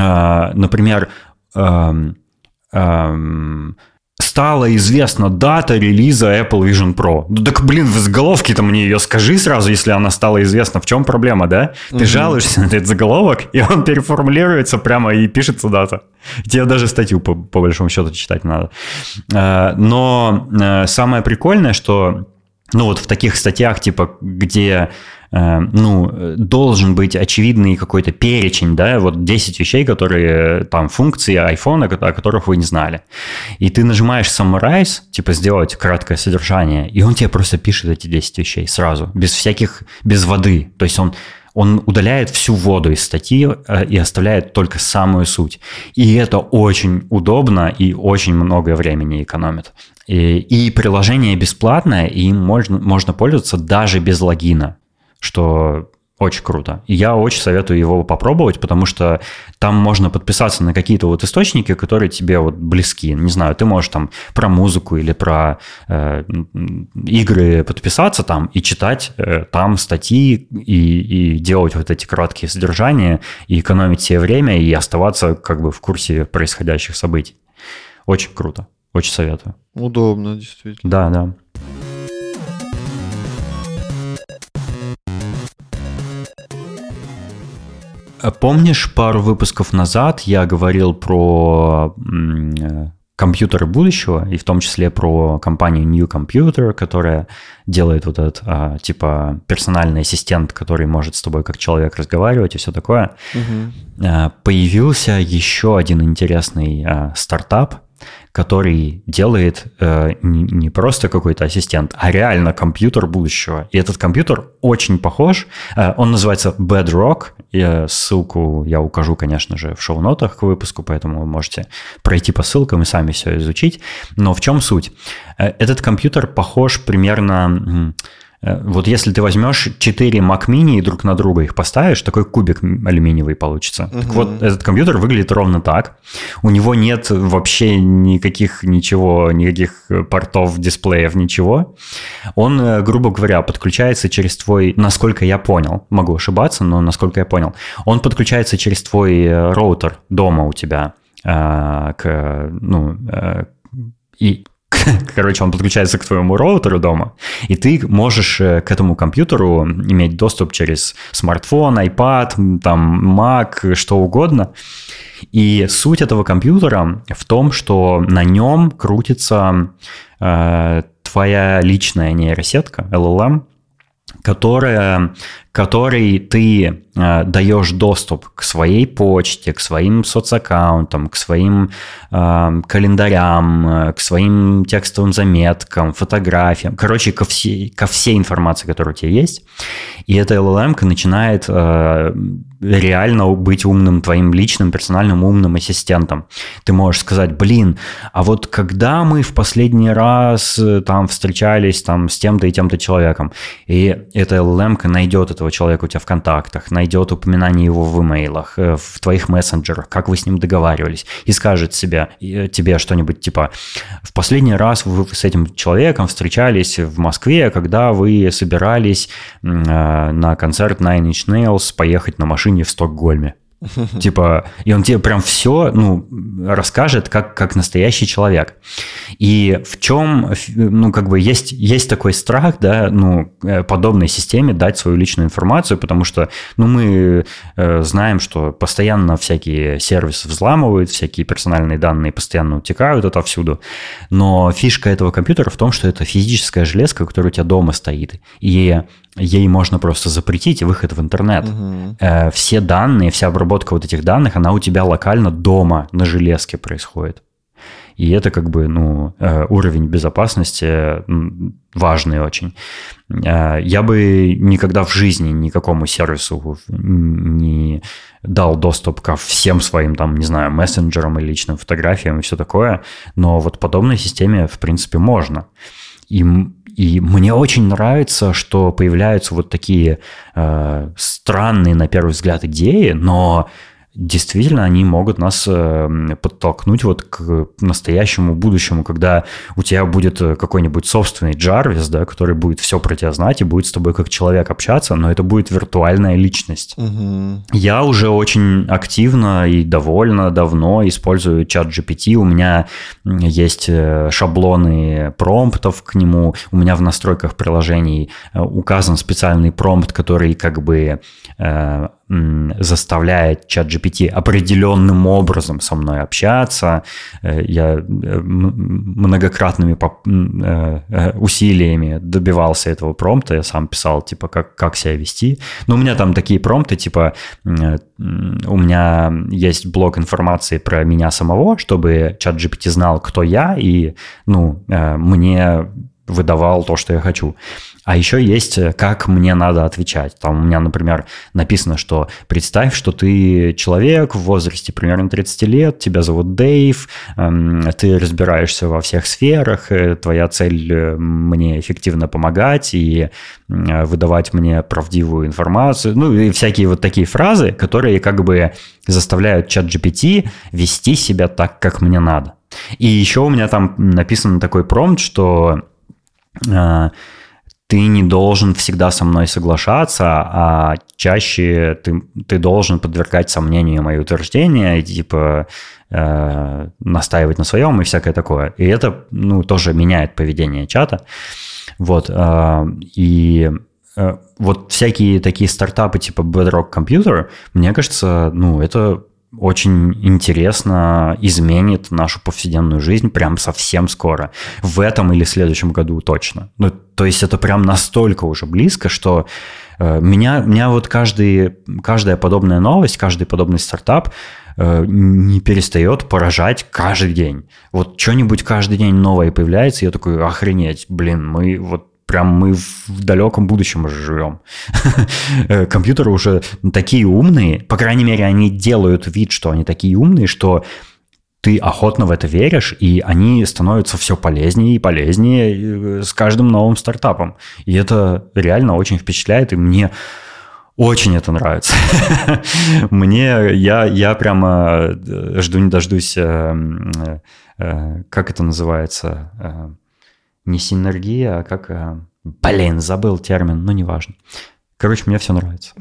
стала известна дата релиза Apple Vision Pro. Ну так, блин, в заголовке-то мне ее скажи сразу, если она стала известна. В чем проблема, да? Ты жалуешься на этот заголовок, и он переформулируется прямо и пишется дата. Тебе даже статью по большому счету читать надо. Но самое прикольное, что вот в таких статьях, типа, где должен быть очевидный какой-то перечень, да, вот 10 вещей, которые, там, функции айфона, о которых вы не знали. И ты нажимаешь summarize, типа, сделать краткое содержание, и он тебе просто пишет эти 10 вещей сразу, без воды. То есть он удаляет всю воду из статьи и оставляет только самую суть. И это очень удобно и очень много времени экономит. И приложение бесплатное, и им можно пользоваться даже без логина, что очень круто. И я очень советую его попробовать, потому что там можно подписаться на какие-то вот источники, которые тебе вот близки. Не знаю, ты можешь там про музыку или про игры подписаться там и читать там статьи и делать вот эти краткие содержания, и экономить себе время, и оставаться как бы в курсе происходящих событий. Очень круто. Очень советую. Удобно, действительно. Да. Помнишь, пару выпусков назад я говорил про компьютеры будущего, и в том числе про компанию New Computer, которая делает вот этот, типа, персональный ассистент, который может с тобой как человек разговаривать и все такое. Появился еще один интересный стартап, который делает не просто какой-то ассистент, а реально компьютер будущего. И этот компьютер очень похож. Он называется Bedrock. Ссылку я укажу, конечно же, в шоу-нотах к выпуску, поэтому вы можете пройти по ссылкам и сами все изучить. Но в чем суть? Этот компьютер похож примерно... Вот если ты возьмешь 4 Mac Mini и друг на друга их поставишь, такой кубик алюминиевый получится. Так вот, этот компьютер выглядит ровно так. У него нет вообще никаких портов, дисплеев, ничего. Он, грубо говоря, подключается через твой, насколько я понял, могу ошибаться, но насколько я понял, он подключается через твой роутер дома у тебя Короче, он подключается к твоему роутеру дома, и ты можешь к этому компьютеру иметь доступ через смартфон, iPad, там, Mac, что угодно. И суть этого компьютера в том, что на нем крутится твоя личная нейросетка, LLM, которой ты даешь доступ к своей почте, к своим соцаккаунтам, к своим календарям, к своим текстовым заметкам, фотографиям, короче, ко всей информации, которая у тебя есть. И эта LLM-ка начинает реально быть умным, твоим личным, персональным умным ассистентом. Ты можешь сказать, а вот когда мы в последний раз там встречались там, с тем-то и тем-то человеком, и эта LLM-ка найдет этого человека у тебя в контактах, найдет упоминание его в имейлах, в твоих мессенджерах, как вы с ним договаривались, и скажет тебе что-нибудь типа, в последний раз вы с этим человеком встречались в Москве, когда вы собирались на концерт Nine Inch Nails поехать на машине в Стокгольме. Типа, и он тебе прям все, расскажет, как настоящий человек. И в чем, есть такой страх, да, подобной системе дать свою личную информацию, потому что, мы знаем, что постоянно всякие сервисы взламывают, всякие персональные данные постоянно утекают отовсюду. Но фишка этого компьютера в том, что это физическая железка, которая у тебя дома стоит. И ей можно просто запретить выход в интернет. Все данные, вся обработка вот этих данных, она у тебя локально дома на железке происходит. И это как бы, уровень безопасности важный очень. Я бы никогда в жизни никакому сервису не дал доступ ко всем своим, там, не знаю, мессенджерам и личным фотографиям и все такое, но вот подобной системе, в принципе, можно. И мне очень нравится, что появляются вот такие странные, на первый взгляд, идеи, но действительно они могут нас подтолкнуть вот к настоящему будущему, когда у тебя будет какой-нибудь собственный Джарвис, да, который будет все про тебя знать и будет с тобой как человек общаться, но это будет виртуальная личность. Угу. Я уже очень активно и довольно давно использую ChatGPT. У меня есть шаблоны промптов к нему. У меня в настройках приложений указан специальный промпт, который как бы заставляет ChatGPT определенным образом со мной общаться. Я многократными усилиями добивался этого промпта. Я сам писал, типа, как себя вести. Но у меня там такие промпты, типа, у меня есть блок информации про меня самого, чтобы ChatGPT знал, кто я, и, мне выдавал то, что я хочу. А еще есть, как мне надо отвечать. Там у меня, например, написано, что представь, что ты человек в возрасте примерно 30 лет, тебя зовут Дэйв, ты разбираешься во всех сферах, твоя цель мне эффективно помогать и выдавать мне правдивую информацию. И всякие вот такие фразы, которые как бы заставляют ChatGPT вести себя так, как мне надо. И еще у меня там написан такой промпт, что ты не должен всегда со мной соглашаться, а чаще ты должен подвергать сомнению мои утверждения, типа настаивать на своем и всякое такое. И это, тоже меняет поведение чата. Вот. И вот всякие такие стартапы типа Bedrock Computer, мне кажется, это очень интересно изменит нашу повседневную жизнь прям совсем скоро. В этом или следующем году точно. То есть это прям настолько уже близко, что меня вот каждая подобная новость, каждый подобный стартап не перестает поражать каждый день. Вот что-нибудь каждый день новое появляется, и я такой, охренеть, мы в далеком будущем уже живем. Компьютеры уже такие умные, по крайней мере, они делают вид, что они такие умные, что ты охотно в это веришь, и они становятся все полезнее и полезнее с каждым новым стартапом. И это реально очень впечатляет, и мне очень это нравится. Я прямо жду не дождусь, как это называется, не синергия, а как... забыл термин, но неважно. Короче, мне все нравится.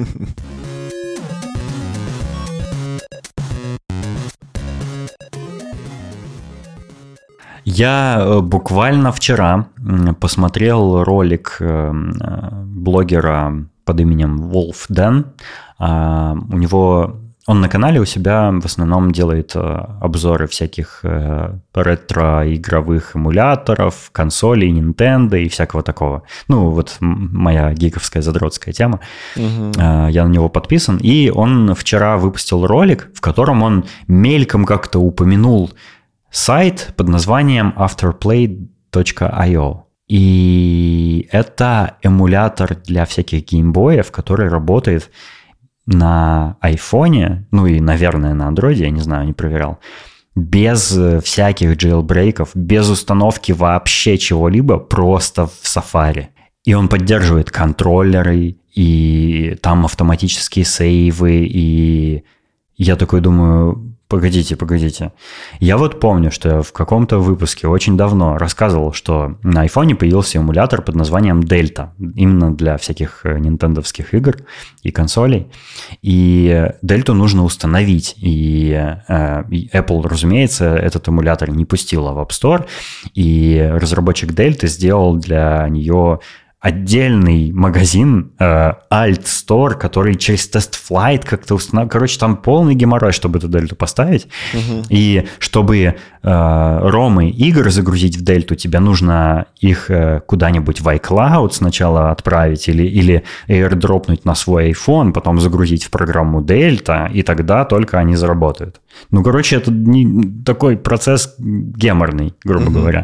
Я буквально вчера посмотрел ролик блогера под именем Wolf Den. У него... Он на канале у себя в основном делает обзоры всяких ретро-игровых эмуляторов, консолей, Nintendo и всякого такого. Вот моя гиковская задротская тема. Угу. Я на него подписан. И он вчера выпустил ролик, в котором он мельком как-то упомянул сайт под названием afterplay.io. И это эмулятор для всяких геймбоев, который работает на айфоне, и, наверное, на андроиде, я не знаю, не проверял, без всяких джейлбрейков, без установки вообще чего-либо, просто в Safari. И он поддерживает контроллеры, и там автоматические сейвы, и я такой думаю... Погодите. Я вот помню, что я в каком-то выпуске очень давно рассказывал, что на айфоне появился эмулятор под названием Delta, именно для всяких нинтендовских игр и консолей. И Delta нужно установить. И Apple, разумеется, этот эмулятор не пустила в App Store. И разработчик Delta сделал для нее отдельный магазин, Alt Store, который через TestFlight как-то устанавливает. Короче, там полный геморрой, чтобы эту дельту поставить. И чтобы ромы игр загрузить в дельту, тебе нужно их куда-нибудь в iCloud сначала отправить или airdropнуть на свой iPhone, потом загрузить в программу Delta, и тогда только они заработают. Ну, короче, это такой процесс геморный, грубо говоря.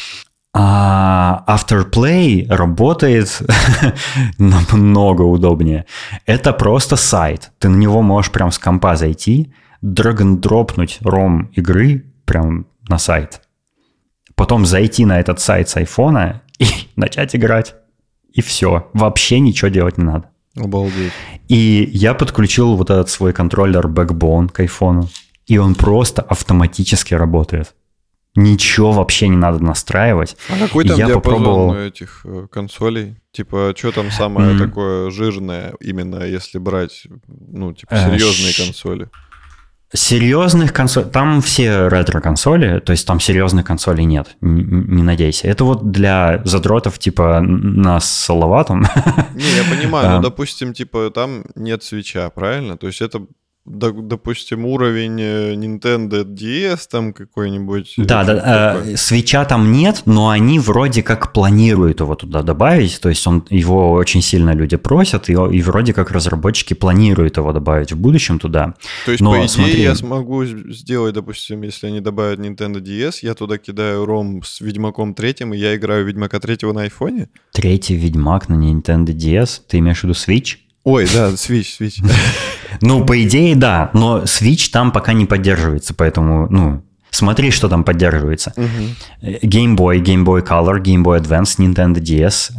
А Afterplay работает намного удобнее. Это просто сайт. Ты на него можешь прям с компа зайти, драг-н-дропнуть ROM игры прям на сайт. Потом зайти на этот сайт с айфона и начать играть. И все. Вообще ничего делать не надо. Обалдеть. И я подключил вот этот свой контроллер Backbone к айфону. И он просто автоматически работает. Ничего вообще не надо настраивать. А какой там диапазон этих консолей? Типа, что там самое такое жирное, именно если брать, ну, типа, серьезные консоли? Серьезных консолей... Там все ретро-консоли, то есть там серьезных консолей нет, не надейся. Это вот для задротов, типа, нас с Салаватом. Не, я понимаю, но, допустим, типа, там нет свитча, правильно? То есть это... Допустим, уровень Nintendo DS там какой-нибудь. Да, свитча там нет, но они вроде как планируют его туда добавить, то есть его очень сильно люди просят, и вроде как разработчики планируют его добавить в будущем туда. То есть, по идее, я смогу сделать, допустим, если они добавят Nintendo DS, я туда кидаю ROM с Ведьмаком 3, и я играю Ведьмака 3 на айфоне? Третий Ведьмак на Nintendo DS? Ты имеешь в виду Switch? Ой, да, Switch. Ну, по идее, да, но Switch там пока не поддерживается, поэтому, ну, смотри, что там поддерживается. Game Boy Color, Game Boy Advance, Nintendo DS,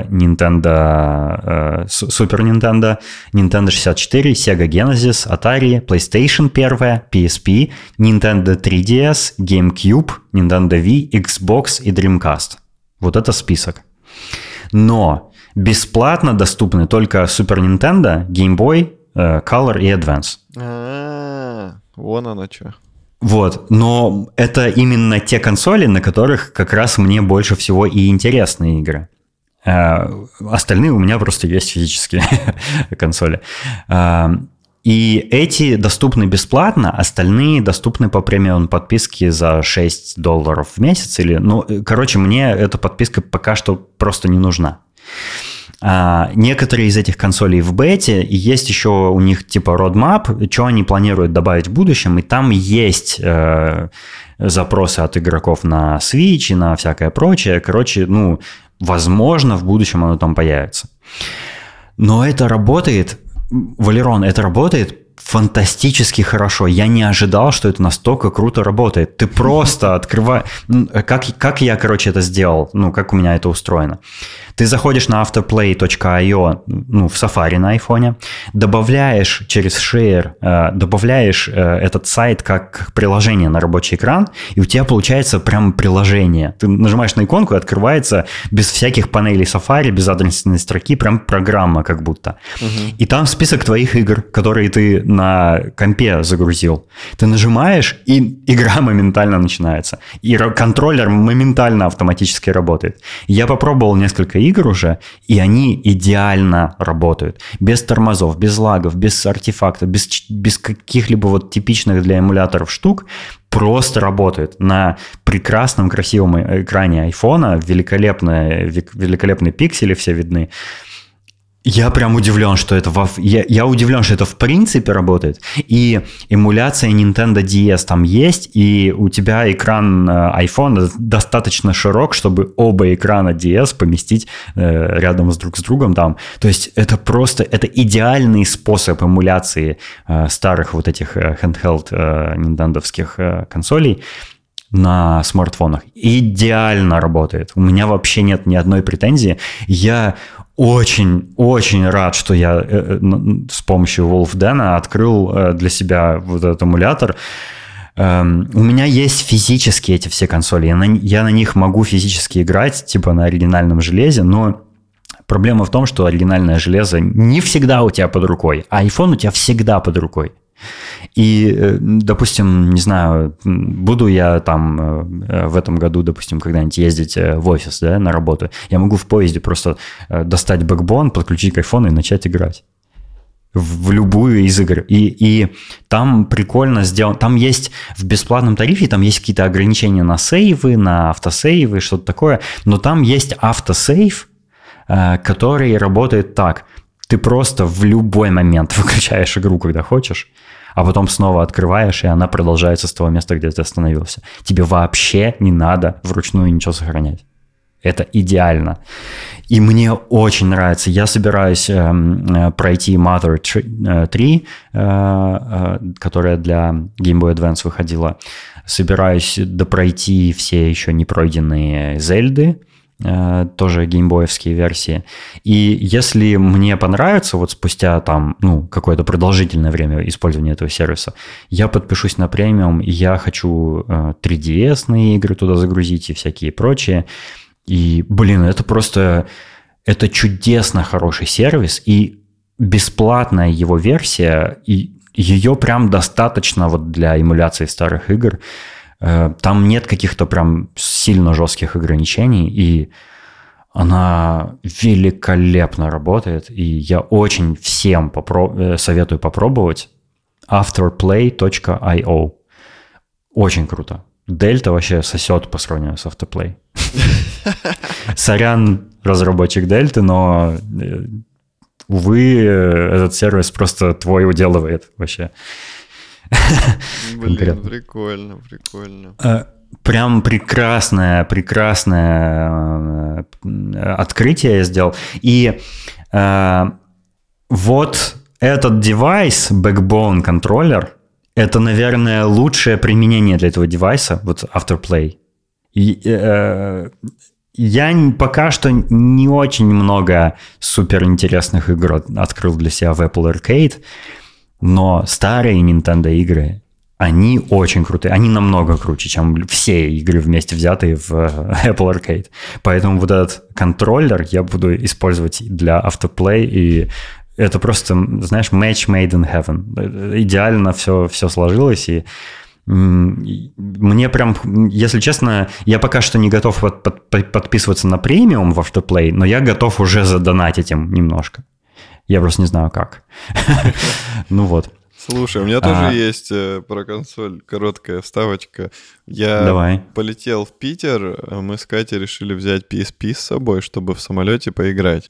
Super Nintendo, Nintendo 64, Sega Genesis, Atari, PlayStation 1, PSP, Nintendo 3DS, GameCube, Nintendo Wii, Xbox и Dreamcast. Вот это список. Но бесплатно доступны только Super Nintendo, Game Boy, Color и Advance. Вон оно что. Вот, но это именно те консоли, на которых как раз мне больше всего и интересны игры. Остальные у меня просто есть физические консоли. И эти доступны бесплатно, остальные доступны по премиум подписке за $6 в месяц. Короче, мне эта подписка пока что просто не нужна. Некоторые из этих консолей в бете, и есть еще у них типа roadmap, что они планируют добавить в будущем, и там есть запросы от игроков на Switch и на всякое прочее. Короче, возможно, в будущем оно там появится. Но это работает, Валерон, это работает фантастически хорошо. Я не ожидал, что это настолько круто работает. Ты просто открываешь... Как я, это сделал? Как у меня это устроено? Ты заходишь на afterplay.io, в Safari на айфоне, добавляешь через Share, добавляешь этот сайт как приложение на рабочий экран, и у тебя получается прям приложение. Ты нажимаешь на иконку, и открывается без всяких панелей Safari, без адресной строки, прям программа как будто. И там список твоих игр, которые ты на компе загрузил. Ты нажимаешь, и игра моментально начинается. И контроллер моментально автоматически работает. Я попробовал несколько игр уже, и они идеально работают. Без тормозов, без лагов, без артефактов, без каких-либо типичных для эмуляторов штук. Просто работают на прекрасном, красивом экране айфона. Великолепные пиксели все видны. Я прям удивлен, что это я удивлен, что это в принципе работает. И эмуляция Nintendo DS там есть, и у тебя экран iPhone достаточно широк, чтобы оба экрана DS поместить рядом друг с другом там. То есть это идеальный способ эмуляции старых вот этих handheld нинтендовских консолей на смартфонах. Идеально работает. У меня вообще нет ни одной претензии. Я очень рад, что я с помощью Wolfden открыл для себя вот этот эмулятор. У меня есть физически эти все консоли. Я на них могу физически играть, типа на оригинальном железе, но проблема в том, что оригинальное железо не всегда у тебя под рукой, а iPhone у тебя всегда под рукой. И, допустим, не знаю, буду я там в этом году, допустим, когда-нибудь ездить в офис, да, на работу, я могу в поезде просто достать Backbone, подключить к iPhone и начать играть. В любую из игр. И там прикольно сделано. Там есть в бесплатном тарифе, там есть какие-то ограничения на сейвы, на автосейвы, что-то такое. Но там есть автосейв, который работает так. Ты просто в любой момент выключаешь игру, когда хочешь, а потом снова открываешь, и она продолжается с того места, где ты остановился. Тебе вообще не надо вручную ничего сохранять. Это идеально. И мне очень нравится. Я собираюсь пройти Mother 3, которая для Game Boy Advance выходила. Собираюсь допройти все еще не пройденные Зельды, тоже геймбоевские версии. И если мне понравится, вот спустя там, какое-то продолжительное время использования этого сервиса, я подпишусь на премиум, и я хочу 3DS-ные игры туда загрузить и всякие прочие. И, это чудесно хороший сервис, и бесплатная его версия, и ее прям достаточно вот для эмуляции старых игр. Там нет каких-то прям сильно жестких ограничений, и она великолепно работает, и я очень всем советую попробовать. Afterplay.io. Очень круто. Дельта вообще сосет по сравнению с Afterplay. Сорян, разработчик Дельты, но, увы, этот сервис просто твой уделывает вообще. Блин, прикольно. Прям прекрасное открытие я сделал. И вот этот девайс, Backbone контроллер, это, наверное, лучшее применение для этого девайса, вот Afterplay. Я пока что не очень много суперинтересных игр открыл для себя в Apple Arcade, но старые Nintendo игры, они очень крутые. Они намного круче, чем все игры вместе взятые в Apple Arcade. Поэтому вот этот контроллер я буду использовать для Afterplay, и это просто, знаешь, match made in heaven. Идеально все сложилось, и мне прям, если честно, я пока что не готов подписываться на премиум в Afterplay, но я готов уже задонатить им немножко. Я просто не знаю как. Ну вот. Слушай, у меня тоже есть про консоль короткая вставочка. Я полетел в Питер, мы с Катей решили взять PSP с собой, чтобы в самолете поиграть.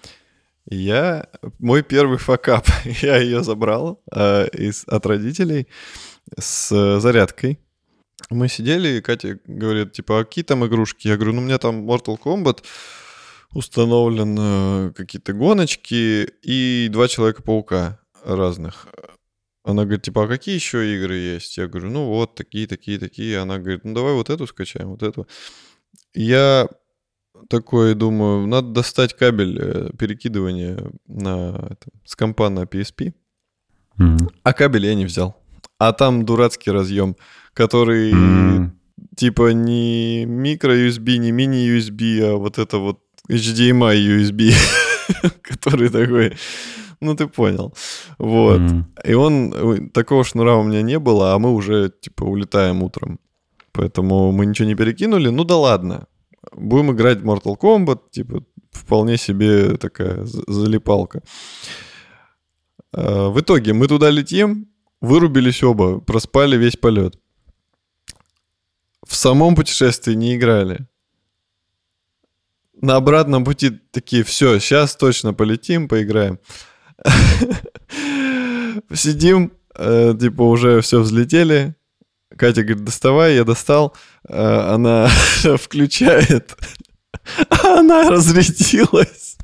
Мой первый факап, я ее забрал от родителей с зарядкой. Мы сидели, и Катя говорит, типа, а какие там игрушки? Я говорю, у меня там Mortal Kombat установлен, какие-то гоночки и 2 Человека-паука разных. Она говорит, типа, а какие еще игры есть? Я говорю, вот такие. Она говорит, давай вот эту скачаем, вот эту. Я такой думаю, надо достать кабель перекидывания с компа на PSP. А кабель я не взял. А там дурацкий разъем, который типа не микро-USB, не мини-USB, а вот это вот HDMI USB, который такой, ты понял. Вот. И такого шнура у меня не было, а мы уже типа улетаем утром. Поэтому мы ничего не перекинули. Да ладно. Будем играть в Mortal Kombat, типа вполне себе такая залипалка. В итоге мы туда летим, вырубились оба, проспали весь полет. В самом путешествии не играли. На обратном пути такие, все, сейчас точно полетим, поиграем. Сидим, типа уже все взлетели. Катя говорит, доставай, я достал. Она включает. Она разрядилась.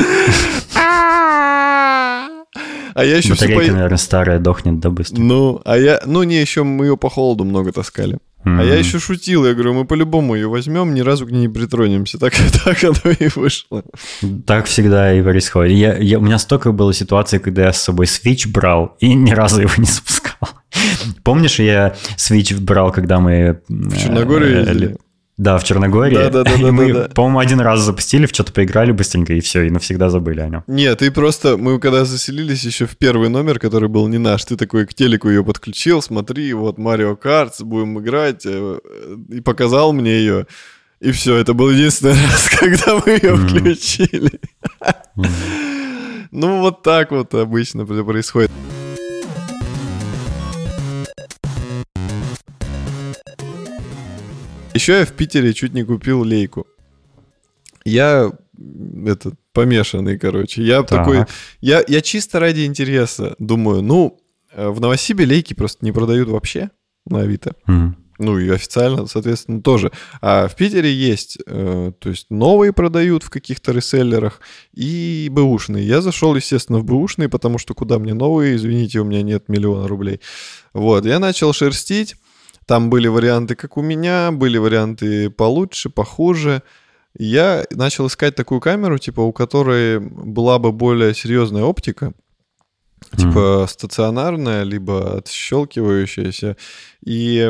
А я еще батарейка, наверное, старая, дохнет, да, быстро. еще мы ее по холоду много таскали. А я еще шутил, я говорю, мы по-любому ее возьмем, ни разу к ней не притронемся. Так оно и вышло. Так всегда и происходит. У меня столько было ситуаций, когда я с собой Switch брал и ни разу его не запускал. Помнишь, я Switch брал, когда мы... В Черногорию ездили? Да, в Черногории. Да. И мы, по-моему, один раз запустили, в что-то поиграли быстренько, и все, и навсегда забыли о нем. Нет, ты просто... Мы когда заселились еще в первый номер, который был не наш, ты такой к телеку ее подключил, смотри, вот Mario Kart, будем играть, и показал мне ее. И все, это был единственный раз, когда мы ее включили. Ну, вот так вот обычно происходит. Еще я в Питере чуть не купил лейку. Я помешанный, короче. Я такой... Я чисто ради интереса думаю, ну, в Новосибе лейки просто не продают вообще на Авито. Ну, и официально, соответственно, тоже. А в Питере есть, то есть новые продают в каких-то реселлерах и бэушные. Я зашел, естественно, в бэушные, потому что куда мне новые, извините, у меня нет 1 000 000 рублей. Вот, я начал шерстить. Там были варианты, как у меня, были варианты получше, похуже. Я начал искать такую камеру, типа, у которой была бы более серьезная оптика, типа стационарная, либо отщелкивающаяся. И...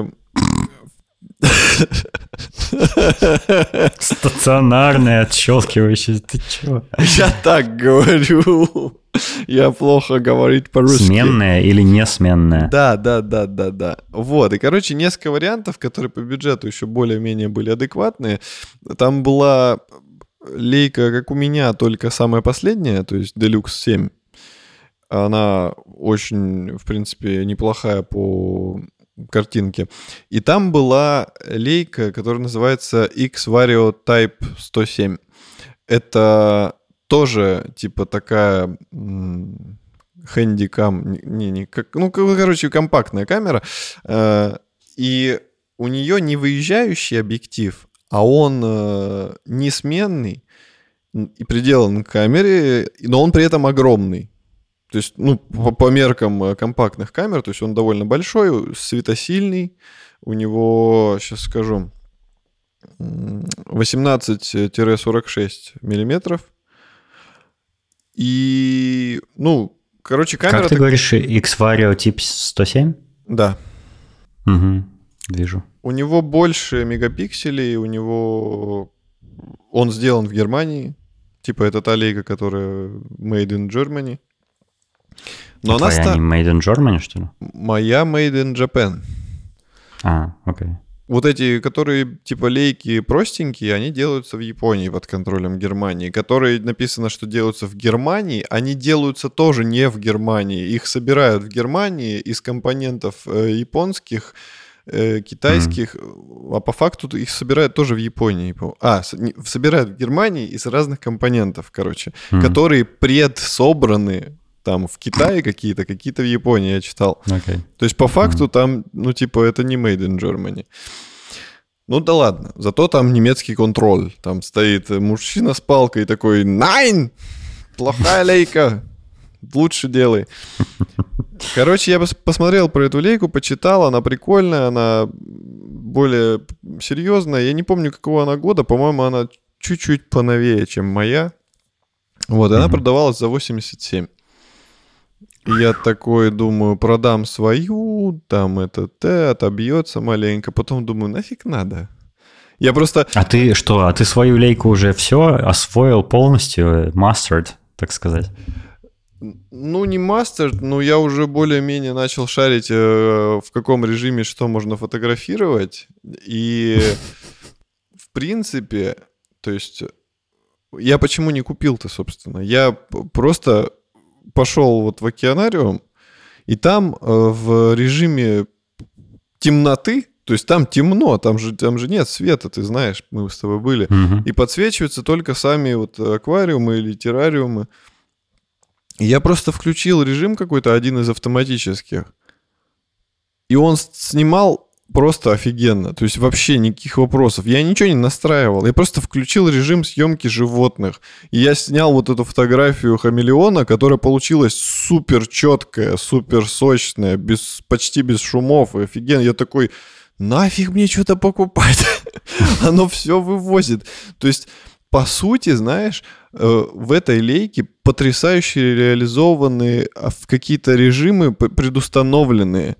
Стационарная, отщелкивающая, ты чё? Я так говорю. Я плохо говорить по-русски. Сменная или не сменная? Да. Вот, и, короче, несколько вариантов, которые по бюджету еще более-менее были адекватные. Там была лейка, как у меня, только самая последняя, то есть Deluxe 7. Она очень, в принципе, неплохая по картинке. И там была лейка, которая называется X-Vario Type 107. Это тоже, типа, такая хэндикам, короче, компактная камера. И у нее не выезжающий объектив, а он несменный и приделан к камере, но он при этом огромный. То есть, ну, по меркам компактных камер, то есть он довольно большой, светосильный. У него, сейчас скажу, 18-46 миллиметров. И, ну, короче, камера... Как ты говоришь, X-Vario тип 107? Да. Угу, вижу. У него больше мегапикселей, у него... Он сделан в Германии. Типа, это та лейка, которая made in Germany. Но она твоя не made in Germany, что ли? Моя made in Japan. Окей. Вот эти, которые типа лейки простенькие, они делаются в Японии под контролем Германии. Которые написано, что делаются в Германии, они делаются тоже не в Германии. Их собирают в Германии из компонентов японских, китайских, а по факту их собирают тоже в Японии. Собирают в Германии из разных компонентов, короче, которые предсобраны там в Китае какие-то в Японии, я читал. Okay. То есть по факту там, ну типа это не made in Germany. Ну да ладно, зато там немецкий контроль. Там стоит мужчина с палкой такой: «Найн! Плохая лейка! Лучше делай!» Короче, я посмотрел про эту лейку, почитал, она прикольная, она более серьезная. Я не помню, какого она года, по-моему, она чуть-чуть поновее, чем моя. Вот, и она продавалась за 87. И я такой думаю, продам свою, там отобьется маленько. Потом думаю, нафиг надо. Я просто... А ты что, ты свою лейку уже все освоил полностью, mastered, так сказать? Ну, не mastered, но я уже более-менее начал шарить, в каком режиме что можно фотографировать. И в принципе, то есть, я почему не купил-то, собственно? Я просто пошел вот в океанариум, и там в режиме темноты, то есть там темно, там же нет света, ты знаешь, мы с тобой были, и подсвечиваются только сами вот аквариумы или террариумы. И я просто включил режим какой-то, один из автоматических, и он снимал просто офигенно, то есть вообще никаких вопросов. Я ничего не настраивал, я просто включил режим съемки животных. И я снял вот эту фотографию хамелеона, которая получилась супер четкая, супер сочная, почти без шумов, и офигенно. Я такой, нафиг мне что-то покупать? Оно все вывозит. То есть, по сути, знаешь, в этой лейке потрясающе реализованные в какие-то режимы предустановленные.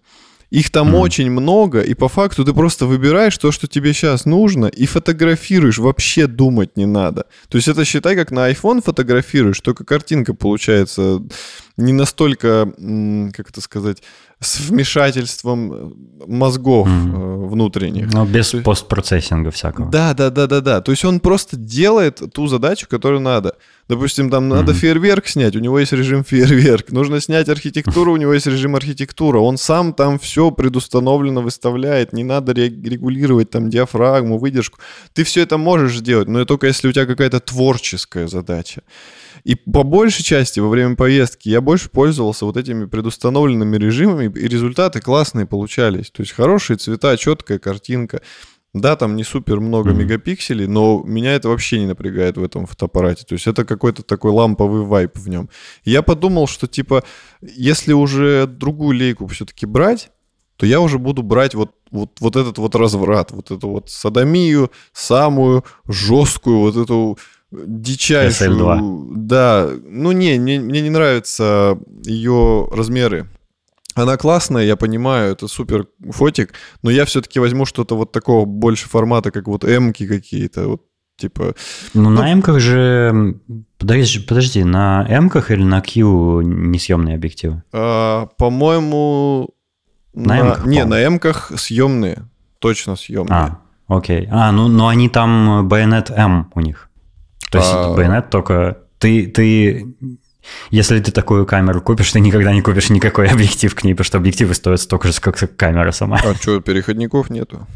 Их там очень много, и по факту ты просто выбираешь то, что тебе сейчас нужно, и фотографируешь, вообще думать не надо. То есть это считай, как на iPhone фотографируешь, только картинка получается не настолько, как это сказать, с вмешательством мозгов внутренних. Но без постпроцессинга всякого. Да. То есть он просто делает ту задачу, которую надо. Допустим, там надо фейерверк снять, у него есть режим фейерверк. Нужно снять архитектуру, у него есть режим архитектура. Он сам там все предустановленно выставляет. Не надо регулировать там диафрагму, выдержку. Ты все это можешь сделать, но только если у тебя какая-то творческая задача. И по большей части во время поездки я больше пользовался вот этими предустановленными режимами, и результаты классные получались. То есть хорошие цвета, четкая картинка. Да, там не супер много мегапикселей, но меня это вообще не напрягает в этом фотоаппарате. То есть это какой-то такой ламповый вайб в нем. И я подумал, что типа, если уже другую лейку все-таки брать, то я уже буду брать вот этот вот разврат, вот эту вот содомию, самую жесткую, вот эту дичайшую. SL2. Да, ну мне не нравятся ее размеры. Она классная, я понимаю, это супер фотик, но я все-таки возьму что-то вот такого больше формата, как вот М-ки какие-то, вот типа... Ну, на М-ках же... Подожди, на М-ках или на Q несъемные объективы? По-моему... На М-ках? Не, на М-ках съемные, точно съемные. Окей. Ну они там байонет М у них. То есть байонет только... Ты... Если ты такую камеру купишь, ты никогда не купишь никакой объектив к ней, потому что объективы стоят столько же, как камера сама. А что, переходников нету?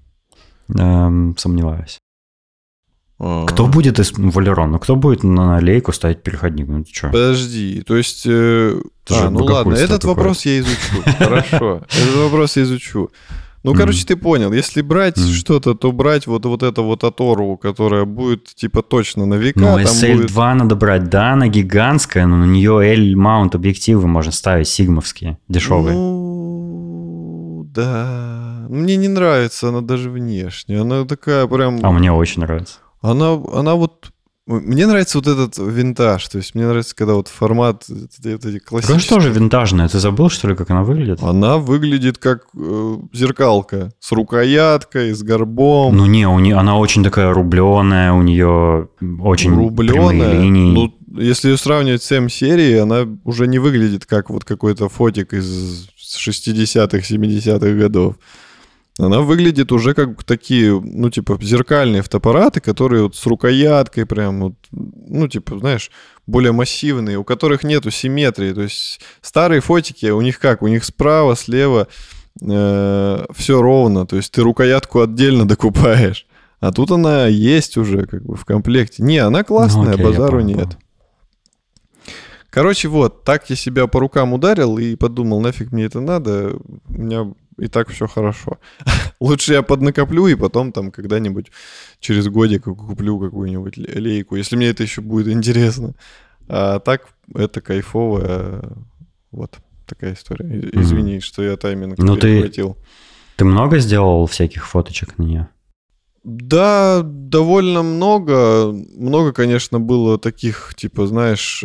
Сомневаюсь. Кто будет из Валерон? Кто будет на лейку ставить переходник? Ну ты что? Подожди, то есть... ну ладно, этот вопрос я изучу. Хорошо, этот вопрос я изучу. Ну, короче, ты понял, если брать что-то, то брать вот это вот Атору, которая будет типа точно на века. Ну, SL2 надо брать, да, она гигантская, но на нее L-маунт объективы можно ставить, сигмовские, дешевые. Ну, да. Мне не нравится она даже внешне, она такая прям... А мне очень нравится. Она вот... Мне нравится вот этот винтаж, то есть мне нравится, когда вот формат эти классические... Какая тоже винтажная, ты забыл, что ли, как она выглядит? Она выглядит как зеркалка с рукояткой, с горбом. Ну не, она очень такая рубленая, у нее очень прямые линии. Ну, если ее сравнивать с М-серией, она уже не выглядит как вот какой-то фотик из 60-х, 70-х годов. Она выглядит уже как такие, ну, типа, зеркальные фотоаппараты, которые вот с рукояткой прям, вот, ну, типа, знаешь, более массивные, у которых нету симметрии. То есть старые фотики, у них как? У них справа, слева все ровно. То есть ты рукоятку отдельно докупаешь. А тут она есть уже как бы в комплекте. Не, она классная, базару нет. Короче, вот, так я себя по рукам ударил и подумал, нафиг мне это надо, у меня и так все хорошо. Лучше я поднакоплю и потом там когда-нибудь через годик куплю какую-нибудь лейку, если мне это еще будет интересно. А так это кайфово. Вот такая история. Извини, что я тайминг перехватил. Ты много сделал всяких фоточек на нее? Да, довольно много. Много, конечно, было таких, типа, знаешь...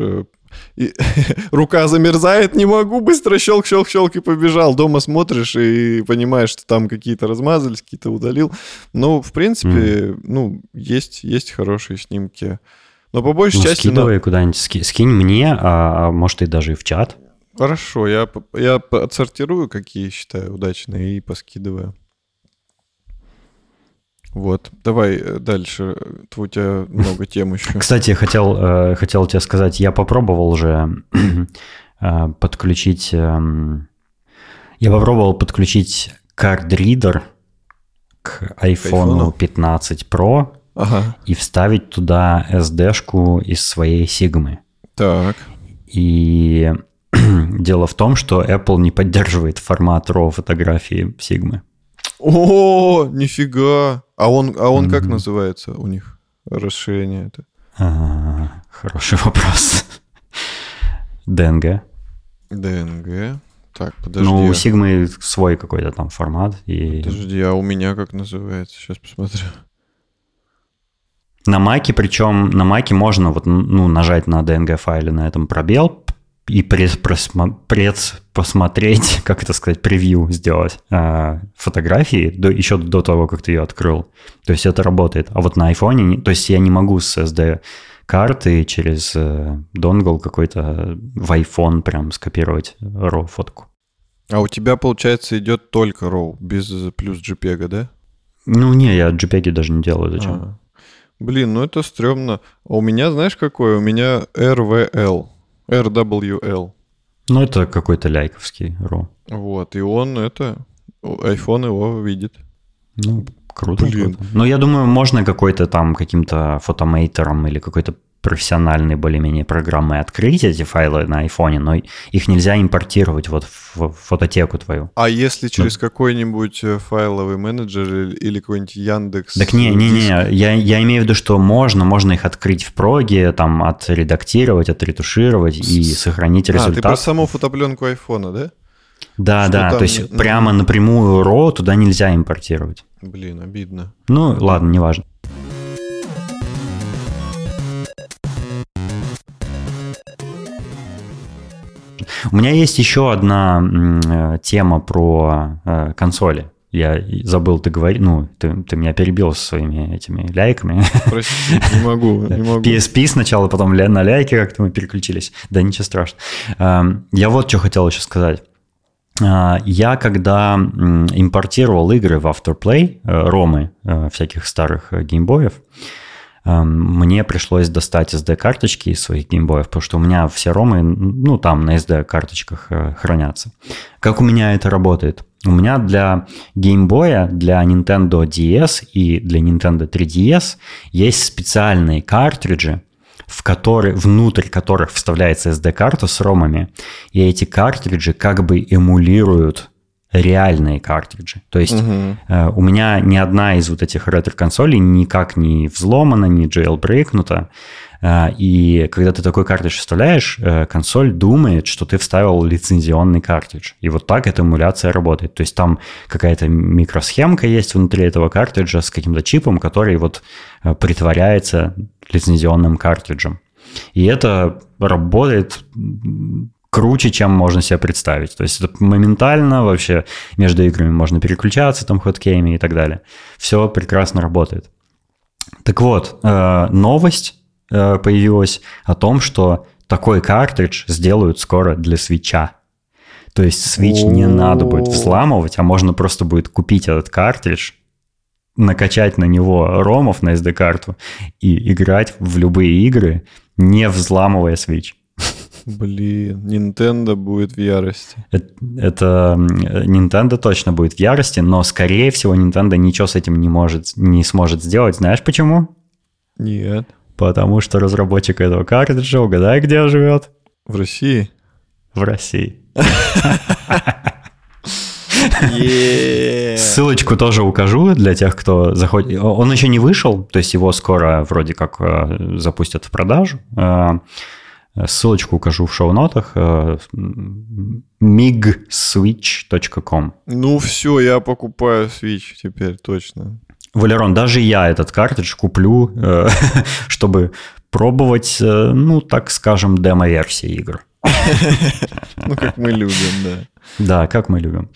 рука замерзает, не могу, быстро щелк-щелк-щелк и побежал. Дома смотришь и понимаешь, что там какие-то размазались, какие-то удалил. Но, в принципе, ну, есть хорошие снимки. Но по большей части... Скидывай куда-нибудь, скинь мне, а может и даже и в чат. Хорошо, я отсортирую, какие считаю удачные, и поскидываю. Вот, давай дальше. У тебя много тем еще. Кстати, хотел тебе сказать, я попробовал уже подключить... Я попробовал подключить кард-ридер к iPhone 15 Pro и вставить туда SD-шку из своей Sigma. Так. И дело в том, что Apple не поддерживает формат RAW фотографии Sigma. О, нифига. А он как называется у них? Расширение это? Хороший вопрос. DNG. DNG. Так, подожди. Ну, у Sigma свой какой-то там формат. Подожди, а у меня как называется? Сейчас посмотрю. На Mac'е, причем на Mac'е можно вот, ну, нажать на DNG файле на этом пробел, и посмотреть, как это сказать, превью сделать фотографии еще до того, как ты ее открыл. То есть это работает. А вот на iPhone, то есть я не могу с SD-карты через донгл какой-то в iPhone прям скопировать RAW фотку. А у тебя, получается, идет только RAW, без плюс JPEG, да? Ну не, я JPEG даже не делаю, зачем? Блин, ну это стрёмно. А у меня, знаешь, какой? У меня RWL. Ну, это какой-то ляйковский RAW. Вот, и он iPhone его видит. Ну, круто. Блин. Ну, я думаю, можно какой-то там каким-то фотомейтером или какой-то профессиональной более-менее программой открыть эти файлы на айфоне, но их нельзя импортировать вот в фототеку твою. А если через какой-нибудь файловый менеджер или какой-нибудь Яндекс? Так не, я имею в виду, что можно их открыть в проге, там отредактировать, отретушировать и сохранить результат. Ты про саму фотопленку айфона, да? Да, то есть прямо напрямую RAW туда нельзя импортировать. Блин, обидно. Ну, ладно, неважно. У меня есть еще одна тема про консоли. Я забыл, ты меня перебил своими этими ляйками. Прости, не могу. PSP сначала, потом на ляйки как-то мы переключились. Да ничего страшного. Я вот что хотел еще сказать. Я когда импортировал игры в Afterplay, ромы всяких старых геймбоев, мне пришлось достать SD-карточки из своих геймбоев, потому что у меня все ромы, там на SD-карточках хранятся. Как у меня это работает? У меня для геймбоя, для Nintendo DS и для Nintendo 3DS есть специальные картриджи, внутрь которых вставляется SD-карта с ромами, и эти картриджи как бы эмулируют реальные картриджи. То есть у меня ни одна из вот этих ретро-консолей никак не взломана, не jailbreakнута. И когда ты такой картридж вставляешь, консоль думает, что ты вставил лицензионный картридж. И вот так эта эмуляция работает. То есть там какая-то микросхемка есть внутри этого картриджа с каким-то чипом, который вот притворяется лицензионным картриджем. И это работает круче, чем можно себе представить. То есть это моментально вообще между играми можно переключаться, там хоткеями и так далее. Все прекрасно работает. Так вот, новость появилась о том, что такой картридж сделают скоро для Switch'а. То есть Switch не надо будет взламывать, а можно просто будет купить этот картридж, накачать на него ромов на SD-карту и играть в любые игры, не взламывая Switch. Блин, Nintendo будет в ярости. Это Nintendo точно будет в ярости, но, скорее всего, Nintendo ничего с этим не сможет сделать. Знаешь почему? Нет. Потому что разработчик этого картриджа, угадай, где живет? В России? В России. Ссылочку тоже укажу для тех, кто заходит. Он еще не вышел, то есть его скоро вроде как запустят в продажу. Ссылочку укажу в шоу-нотах. migswitch.com. Ну все, я покупаю Switch теперь точно. Валерон, даже я этот картридж куплю, чтобы пробовать, так скажем, демо-версии игр. Ну, как мы любим, да. Да, как мы любим.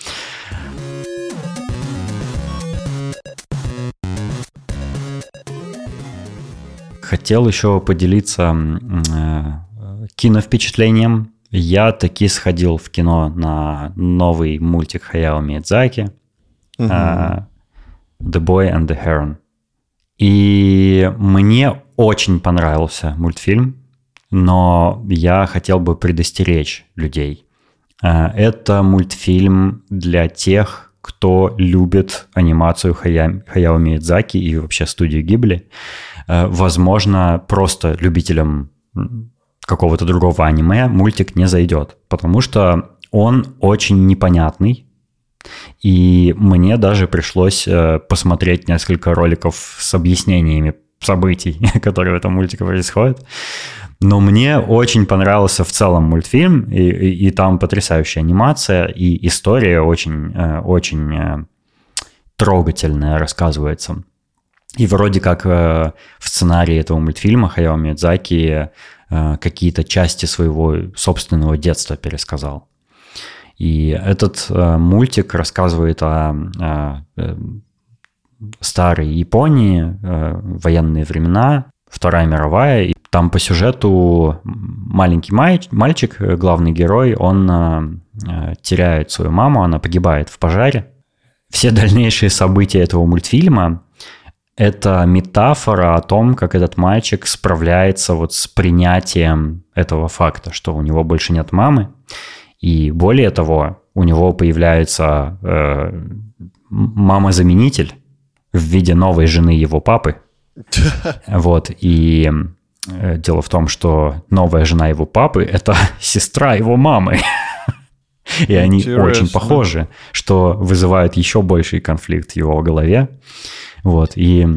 Хотел еще поделиться киновпечатлением. Я таки сходил в кино на новый мультик Хаяо Миядзаки «The Boy and the Heron». И мне очень понравился мультфильм, но я хотел бы предостеречь людей. Это мультфильм для тех, кто любит анимацию Хаяо Миядзаки и вообще студию Гибли. Возможно, просто любителям какого-то другого аниме мультик не зайдет, потому что он очень непонятный. И мне даже пришлось посмотреть несколько роликов с объяснениями событий, которые в этом мультике происходят. Но мне очень понравился в целом мультфильм, и там потрясающая анимация, и история очень, очень трогательная рассказывается. И вроде как в сценарии этого мультфильма Хаяо Миядзаки какие-то части своего собственного детства пересказал. И этот мультик рассказывает о старой Японии, военные времена, Вторая мировая. И там по сюжету маленький мальчик, главный герой, он теряет свою маму, она погибает в пожаре. Все дальнейшие события этого мультфильма – это метафора о том, как этот мальчик справляется вот с принятием этого факта, что у него больше нет мамы. И более того, у него появляется мама-заменитель в виде новой жены его папы. Вот, и дело в том, что новая жена его папы – это сестра его мамы. И они очень похожи, что вызывает еще больший конфликт в его голове. Вот, и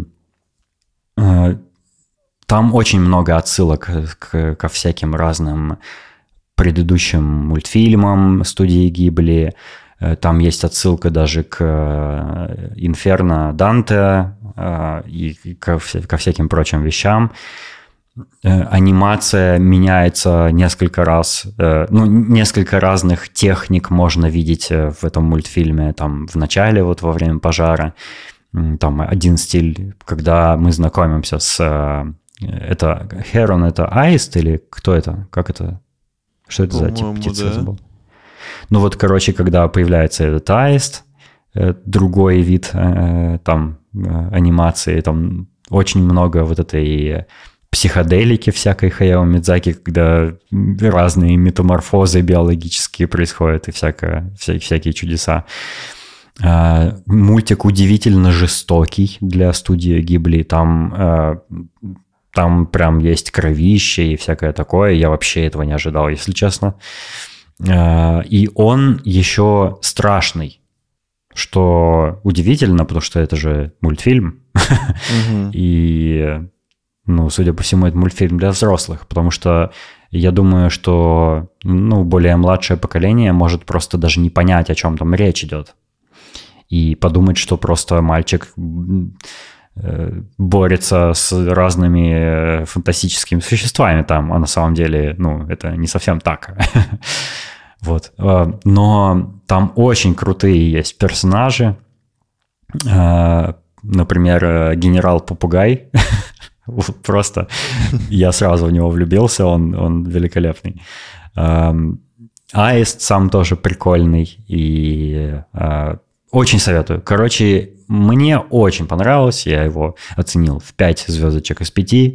там очень много отсылок ко всяким разным предыдущим мультфильмам студии Гибли. Там есть отсылка даже к «Инферно» Данте и ко всяким прочим вещам. Анимация меняется несколько раз. Несколько разных техник можно видеть в этом мультфильме. Там в начале, вот во время пожара. Там один стиль, когда мы знакомимся с... Это Херон, это аист или кто это? Как это? Что это за тип птицы? Да. Забыл. Ну вот, короче, когда появляется этот аист, другой вид там анимации, там очень много вот этой психоделики всякой Хаяо Миядзаки, когда разные метаморфозы биологические происходят и всякие чудеса. Мультик удивительно жестокий для студии Гибли. Там прям есть кровище и всякое такое. Я вообще этого не ожидал, если честно. И он еще страшный, что удивительно, потому что это же мультфильм. И, судя по всему, это мультфильм для взрослых, потому что я думаю, что более младшее поколение может просто даже не понять, о чем там речь идет. И подумать, что просто мальчик борется с разными фантастическими существами там, а на самом деле, это не совсем так. Вот. Но там очень крутые есть персонажи. Например, генерал Попугай. Просто я сразу в него влюбился, он великолепный. Аист сам тоже прикольный. И очень советую. Короче, мне очень понравилось. Я его оценил в 5 звездочек из 5.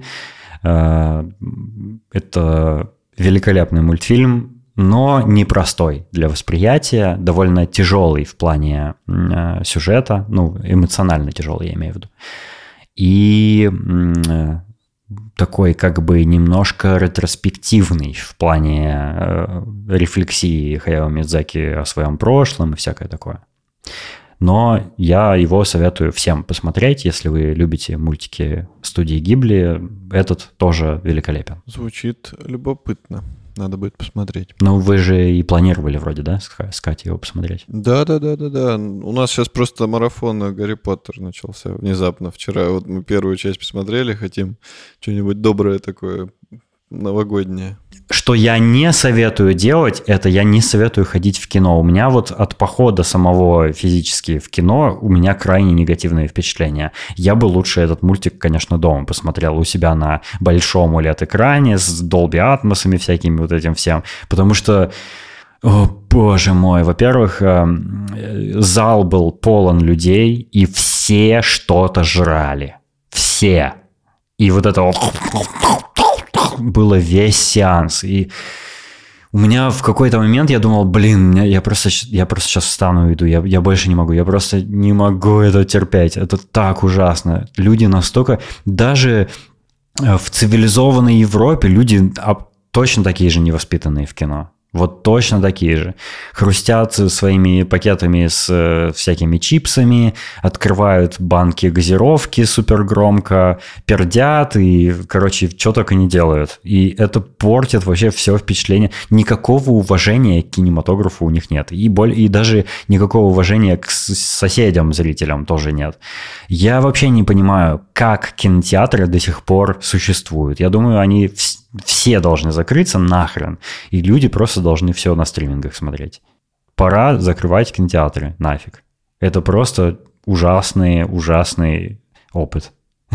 Это великолепный мультфильм, но непростой для восприятия, довольно тяжелый в плане сюжета, эмоционально тяжелый, я имею в виду. И такой как бы немножко ретроспективный в плане рефлексии Хаяо Миядзаки о своем прошлом и всякое такое. Но я его советую всем посмотреть, если вы любите мультики студии Гибли. Этот тоже великолепен. Звучит любопытно. Надо будет посмотреть. Ну, вы же и планировали вроде, да, с Катей его посмотреть? Да. У нас сейчас просто марафон Гарри Поттер начался внезапно вчера. Вот мы первую часть посмотрели, хотим что-нибудь доброе такое, новогоднее. Что я не советую делать, это я не советую ходить в кино. У меня вот от похода самого физически в кино у меня крайне негативные впечатления. Я бы лучше этот мультик, конечно, дома посмотрел у себя на большом OLED-экране с Dolby Atmos'ами всякими вот этим всем. Потому что, о боже мой, во-первых, зал был полон людей, и все что-то жрали. Все. И вот это вот было весь сеанс. И у меня в какой-то момент я думал, я просто сейчас встану и уйду. Я больше не могу. Я просто не могу это терпеть. Это так ужасно. Люди настолько... Даже в цивилизованной Европе люди точно такие же невоспитанные в кино. Вот точно такие же. Хрустят своими пакетами с всякими чипсами, открывают банки газировки супер громко, пердят и, короче, что только не делают. И это портит вообще все впечатление. Никакого уважения к кинематографу у них нет. И даже никакого уважения к соседям, зрителям тоже нет. Я вообще не понимаю, как кинотеатры до сих пор существуют. Я думаю, они все должны закрыться нахрен, и люди просто должны все на стримингах смотреть. Пора закрывать кинотеатры нафиг. Это просто ужасный опыт.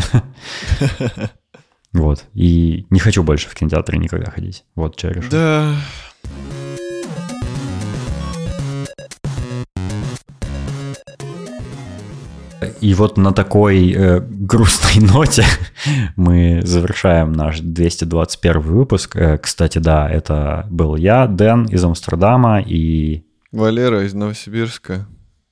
Вот. И не хочу больше в кинотеатры никогда ходить. Вот что я решил. Да. И вот на такой грустной ноте мы завершаем наш 221 выпуск. Кстати, да, это был я, Дэн из Амстердама и... Валера из Новосибирска.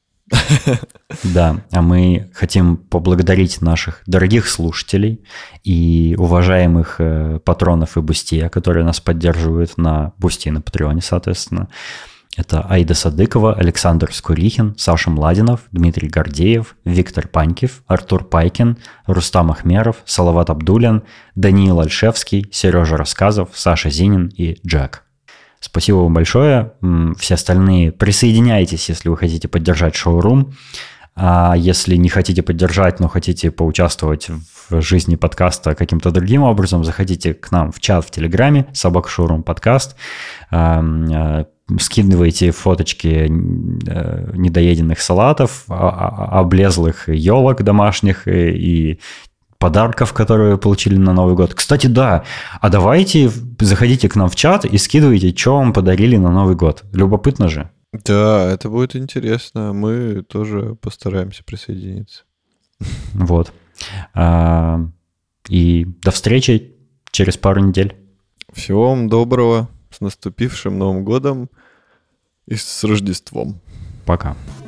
Да, а мы хотим поблагодарить наших дорогих слушателей и уважаемых патронов и Бусти, которые нас поддерживают на Бусти и на Патреоне, соответственно. Это Аида Садыкова, Александр Скурихин, Саша Младинов, Дмитрий Гордеев, Виктор Панькив, Артур Пайкин, Рустам Ахмеров, Салават Абдулин, Даниил Альшевский, Сережа Рассказов, Саша Зинин и Джек. Спасибо вам большое. Все остальные присоединяйтесь, если вы хотите поддержать шоурум. А если не хотите поддержать, но хотите поучаствовать в жизни подкаста каким-то другим образом, заходите к нам в чат в Телеграме, СобакаШоурум подкаст. Скидывайте фоточки недоеденных салатов, облезлых елок домашних и подарков, которые вы получили на Новый год. Кстати, да, а давайте заходите к нам в чат и скидывайте, что вам подарили на Новый год. Любопытно же. Да, это будет интересно. Мы тоже постараемся присоединиться. Вот. И до встречи через пару недель. Всего вам доброго. С наступившим Новым годом и с Рождеством. Пока.